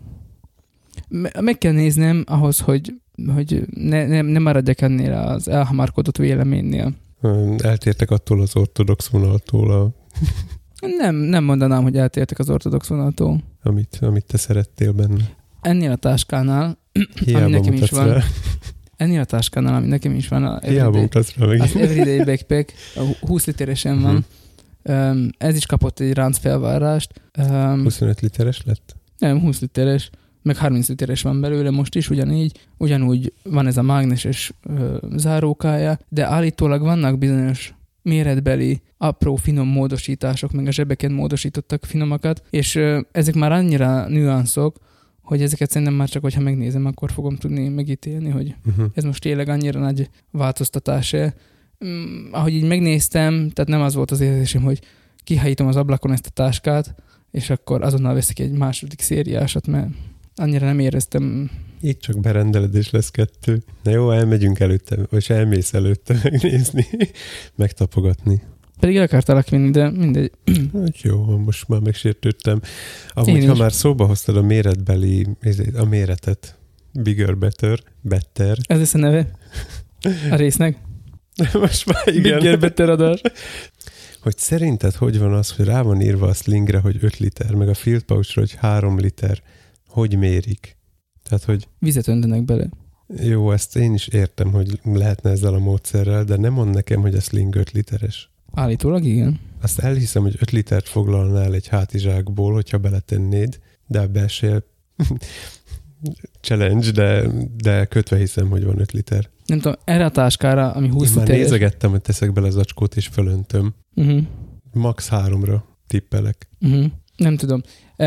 Meg kell néznem ahhoz, hogy ne maradjak ennél az elhamarkodott véleménynél. Eltértek attól az ortodox vonaltól Nem mondanám, hogy eltértek az ortodox vonaltól. Amit te szerettél benne. Ennél a táskánál, ami nekem is van. Rá. Ennél a táskánál, ami nekem is van. Az Everyday Backpack, a 20 literesen van. Ez is kapott egy ránc felvárást. 25 literes lett? Nem, 20 literes. Meg 30 literes van belőle most is, ugyanúgy van ez a mágneses zárókája, de állítólag vannak bizonyos méretbeli, apró, finom módosítások, meg a zsebeken módosítottak finomakat, és ezek már annyira nüanszok, hogy ezeket szerintem már csak, hogyha megnézem, akkor fogom tudni megítélni, hogy ez most tényleg annyira nagy változtatás-e. Ahogy így megnéztem, tehát nem az volt az érzésem, hogy kihájítom az ablakon ezt a táskát, és akkor azonnal veszik egy második szériásat, mert annyira nem éreztem. Így csak berendeled, és lesz 2. Na jó, elmegyünk előtte, vagy elmész előtte megnézni, megtapogatni. Pedig el akartálak vinni, de mindegy. Hát jó, most már megsértődtem. Amúgy, ha már szóba hoztad a méretbeli, a méretet, bigger, better. Ez lesz a neve a résznek. Most már igen. Bigger, better adás. Hogy szerinted hogy van az, hogy rá van írva a slingre, hogy 5 liter, meg a field pouchra, hogy 3 liter. Hogy mérik? Tehát, hogy... Vizet öntenek bele. Jó, ezt én is értem, hogy lehetne ezzel a módszerrel, de nem mond nekem, hogy a sling 5 literes. Állítólag igen. Azt elhiszem, hogy 5 litert foglalnál egy hátizsákból, hogyha beletennéd, de a belső challenge, de kötve hiszem, hogy van 5 liter. Nem tudom, erre a táskára, ami 20 literes... Én már nézegettem, hogy teszek bele zacskót és fölöntöm. Max 3-ra tippelek. Nem tudom.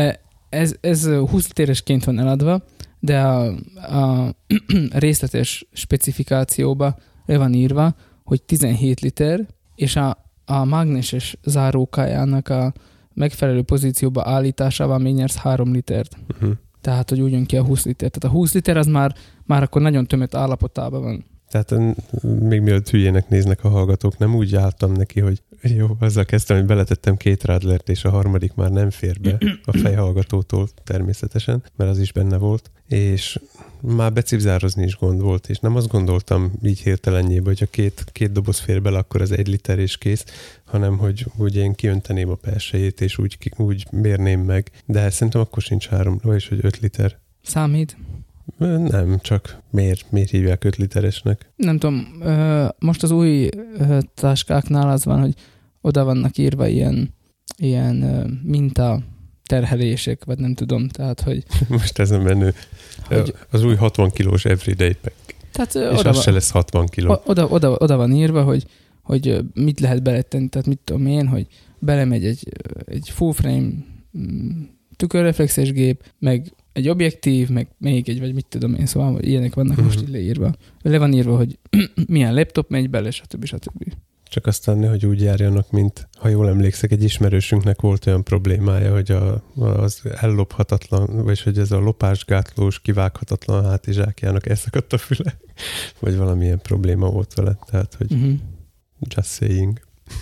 Ez 20 literesként van eladva, de a részletes specifikációba le van írva, hogy 17 liter, és a mágneses zárókájának a megfelelő pozícióba állításával még nyersz 3 litert. Tehát, hogy úgy jön ki a 20 liter. Tehát a 20 liter az már akkor nagyon tömött állapotában van. Tehát még mielőtt hülyének néznek a hallgatók, nem úgy álltam neki, hogy jó, azzal kezdtem, hogy beletettem 2 rádlert, és a harmadik már nem fér be a fejhallgatótól természetesen, mert az is benne volt, és már becipzározni is gond volt, és nem azt gondoltam így hirtelenjében, hogy ha két doboz fér bele, akkor az 1 liter és kész, hanem hogy én kiönteném a persejét, és úgy mérném meg, de szerintem akkor sincs 3, vagyis hogy 5 liter. Számít? Nem, csak miért hívják 5 literesnek? Nem tudom, most az új táskáknál az van, hogy oda vannak írva ilyen minta terhelések, vagy nem tudom, tehát, hogy... Most ez a menő. Az új 60 kilós everyday pack. Tehát, és az se lesz 60 kiló. Oda van írva, hogy mit lehet beletenni, tehát mit tudom én, hogy belemegy egy full frame tükörreflexes gép, meg egy objektív, meg még egy, vagy mit tudom én, szóval ilyenek vannak most így leírva. Le van írva, hogy milyen laptop megy bele, stb. Csak aztán nehogy úgy járjanak, mint, ha jól emlékszek, egy ismerősünknek volt olyan problémája, hogy az ellophatatlan, vagy hogy ez a lopásgátlós, kivághatatlan hátizsákjának elszakadt a füle, vagy valamilyen probléma volt vele, tehát, hogy just saying.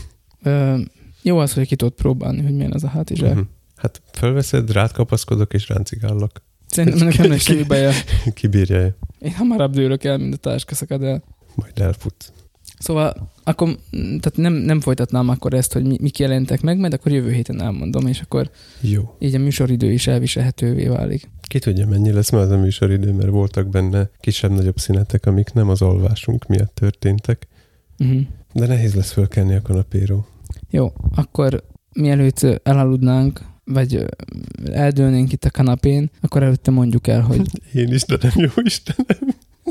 Jó az, hogy ki tudod próbálni, hogy milyen az a hátizsák. Hát fölveszed, rád kapaszkodok, és ráncigállak. Szerintem nekem nem semmi baja. Kibírja. Én hamarabb dőlök el, mint a táska szakad el. Majd elfut. Szóval akkor, tehát nem folytatnám akkor ezt, hogy mik jelentek meg, mert akkor jövő héten elmondom, és akkor Jó. így a műsoridő is elviselhetővé válik. Ki tudja, mennyi lesz már az a műsoridő, mert voltak benne kisebb-nagyobb szünetek, amik nem az alvásunk miatt történtek. Uh-huh. De nehéz lesz fölkelni a kanapéról. Jó, akkor mielőtt elaludnánk, vagy eldőlnénk itt a kanapén, akkor előtte mondjuk el, hogy... Én Istenem, jó Istenem!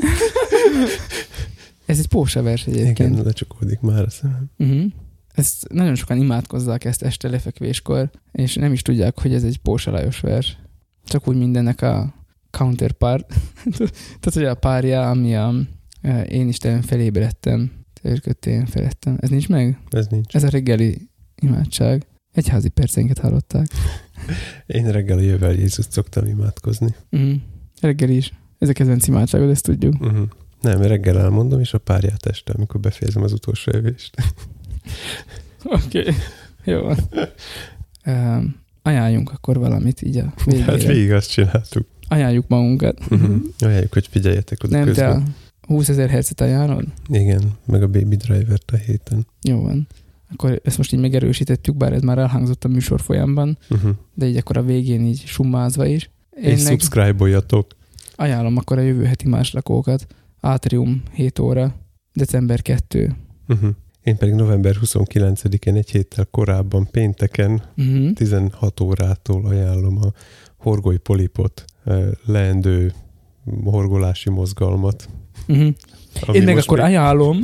Ez egy Pósa vers egyébként. Igen, lecsukódik már a szemem. Uh-huh. Ezt nagyon sokan imádkozzák ezt este lefekvéskor, és nem is tudják, hogy ez egy Pósa Lajos vers. Csak úgy mindennek a counterpart. Tehát, hogy a párja, ami én Istenem felébredtem, én felettem. Ez nincs meg? Ez nincs. Ez a reggeli imádság. Egyházi percenket hallották. Én reggel a jövel Jézust szoktam imádkozni. Reggel is. Ez a kedvenc imádságod, ezt tudjuk. Nem, reggel elmondom, és a párját este, amikor befejezem az utolsó evést. Oké. Jó van. Ajánljunk akkor valamit így a végére. Hát végig azt csináltuk. Ajánljuk magunkat. Ajánljuk, hogy figyeljetek oda nem, közben. Nem, te 20 000 hercet ajánlod? Igen, meg a Baby Driver-t a héten. Jó van. Akkor ezt most így megerősítettük, bár ez már elhangzott a műsor folyamban, de így akkor a végén így summázva is. És subscribe-oljatok. Ajánlom akkor a jövő heti máslakókat. Atrium 7 óra, december 2. Én pedig november 29-én egy héttel korábban pénteken 16 órától ajánlom a horgoly polipot, leendő horgolási mozgalmat. Én meg akkor ajánlom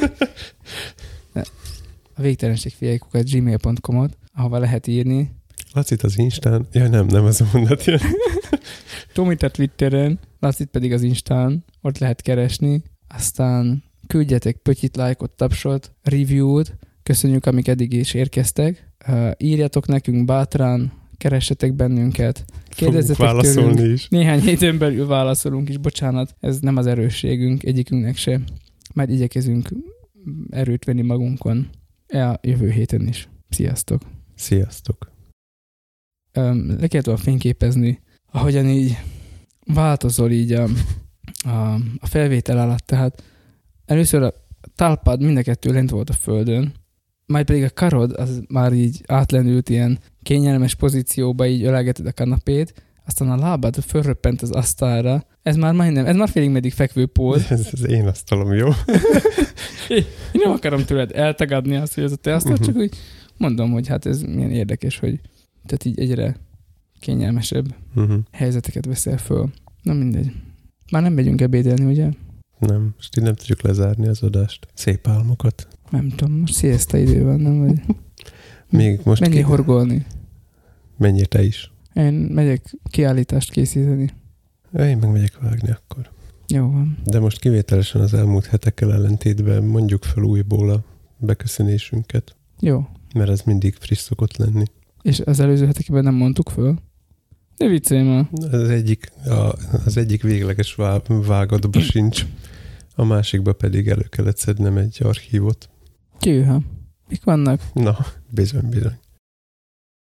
a végtelenségfiaikukat gmail.com-ot, ahova lehet írni. Lacit az Instán. Ja, nem az a mondat jön. Tomit a Twitteren, Lacit pedig az Instán, ott lehet keresni. Aztán küldjetek pötyit, lájkot, tapsot, review-t, köszönjük, amik eddig is érkeztek. Írjatok nekünk bátran, keressetek bennünket, kérdezzetek tőlünk. Is. Néhány héten belül válaszolunk is, bocsánat, ez nem az erősségünk, egyikünknek se. Majd igyekezünk erőt venni magunkon. Jövő héten is. Sziasztok! Sziasztok! Le kell tovább fényképezni, ahogyan így változol így a felvétel alatt, tehát először a talpad mind a kettő lent volt a földön, majd pedig a karod az már így átlendült ilyen kényelmes pozícióba, így ölelgeted a kanapét, aztán a lábad fölröppent az asztalra, ez már félig meddig fekvő póz. Ez az én asztalom, jó? Én nem akarom tőled eltagadni azt, hogy ez a te asztal, csak úgy mondom, hogy hát ez milyen érdekes, hogy tehát így egyre kényelmesebb helyzeteket veszel föl. Na mindegy. Már nem megyünk ebédelni, ugye? Nem, most így nem tudjuk lezárni az adást. Szép álmokat. Nem tudom, most siesta idő van, nem vagy? Még most menjél horgolni. Menjél te is. Én megyek kiállítást készíteni. Én meg megyek vágni akkor. Jó van. De most kivételesen az elmúlt hetekkel ellentétben mondjuk fel újból a beköszönésünket. Jó. Mert ez mindig friss szokott lenni. És az előző hetekben nem mondtuk föl? Ne viccelj már. Az egyik végleges vágatba sincs. A másikba pedig elő kellett szednem egy archívot. Tűha. Mik vannak? Na, bizony.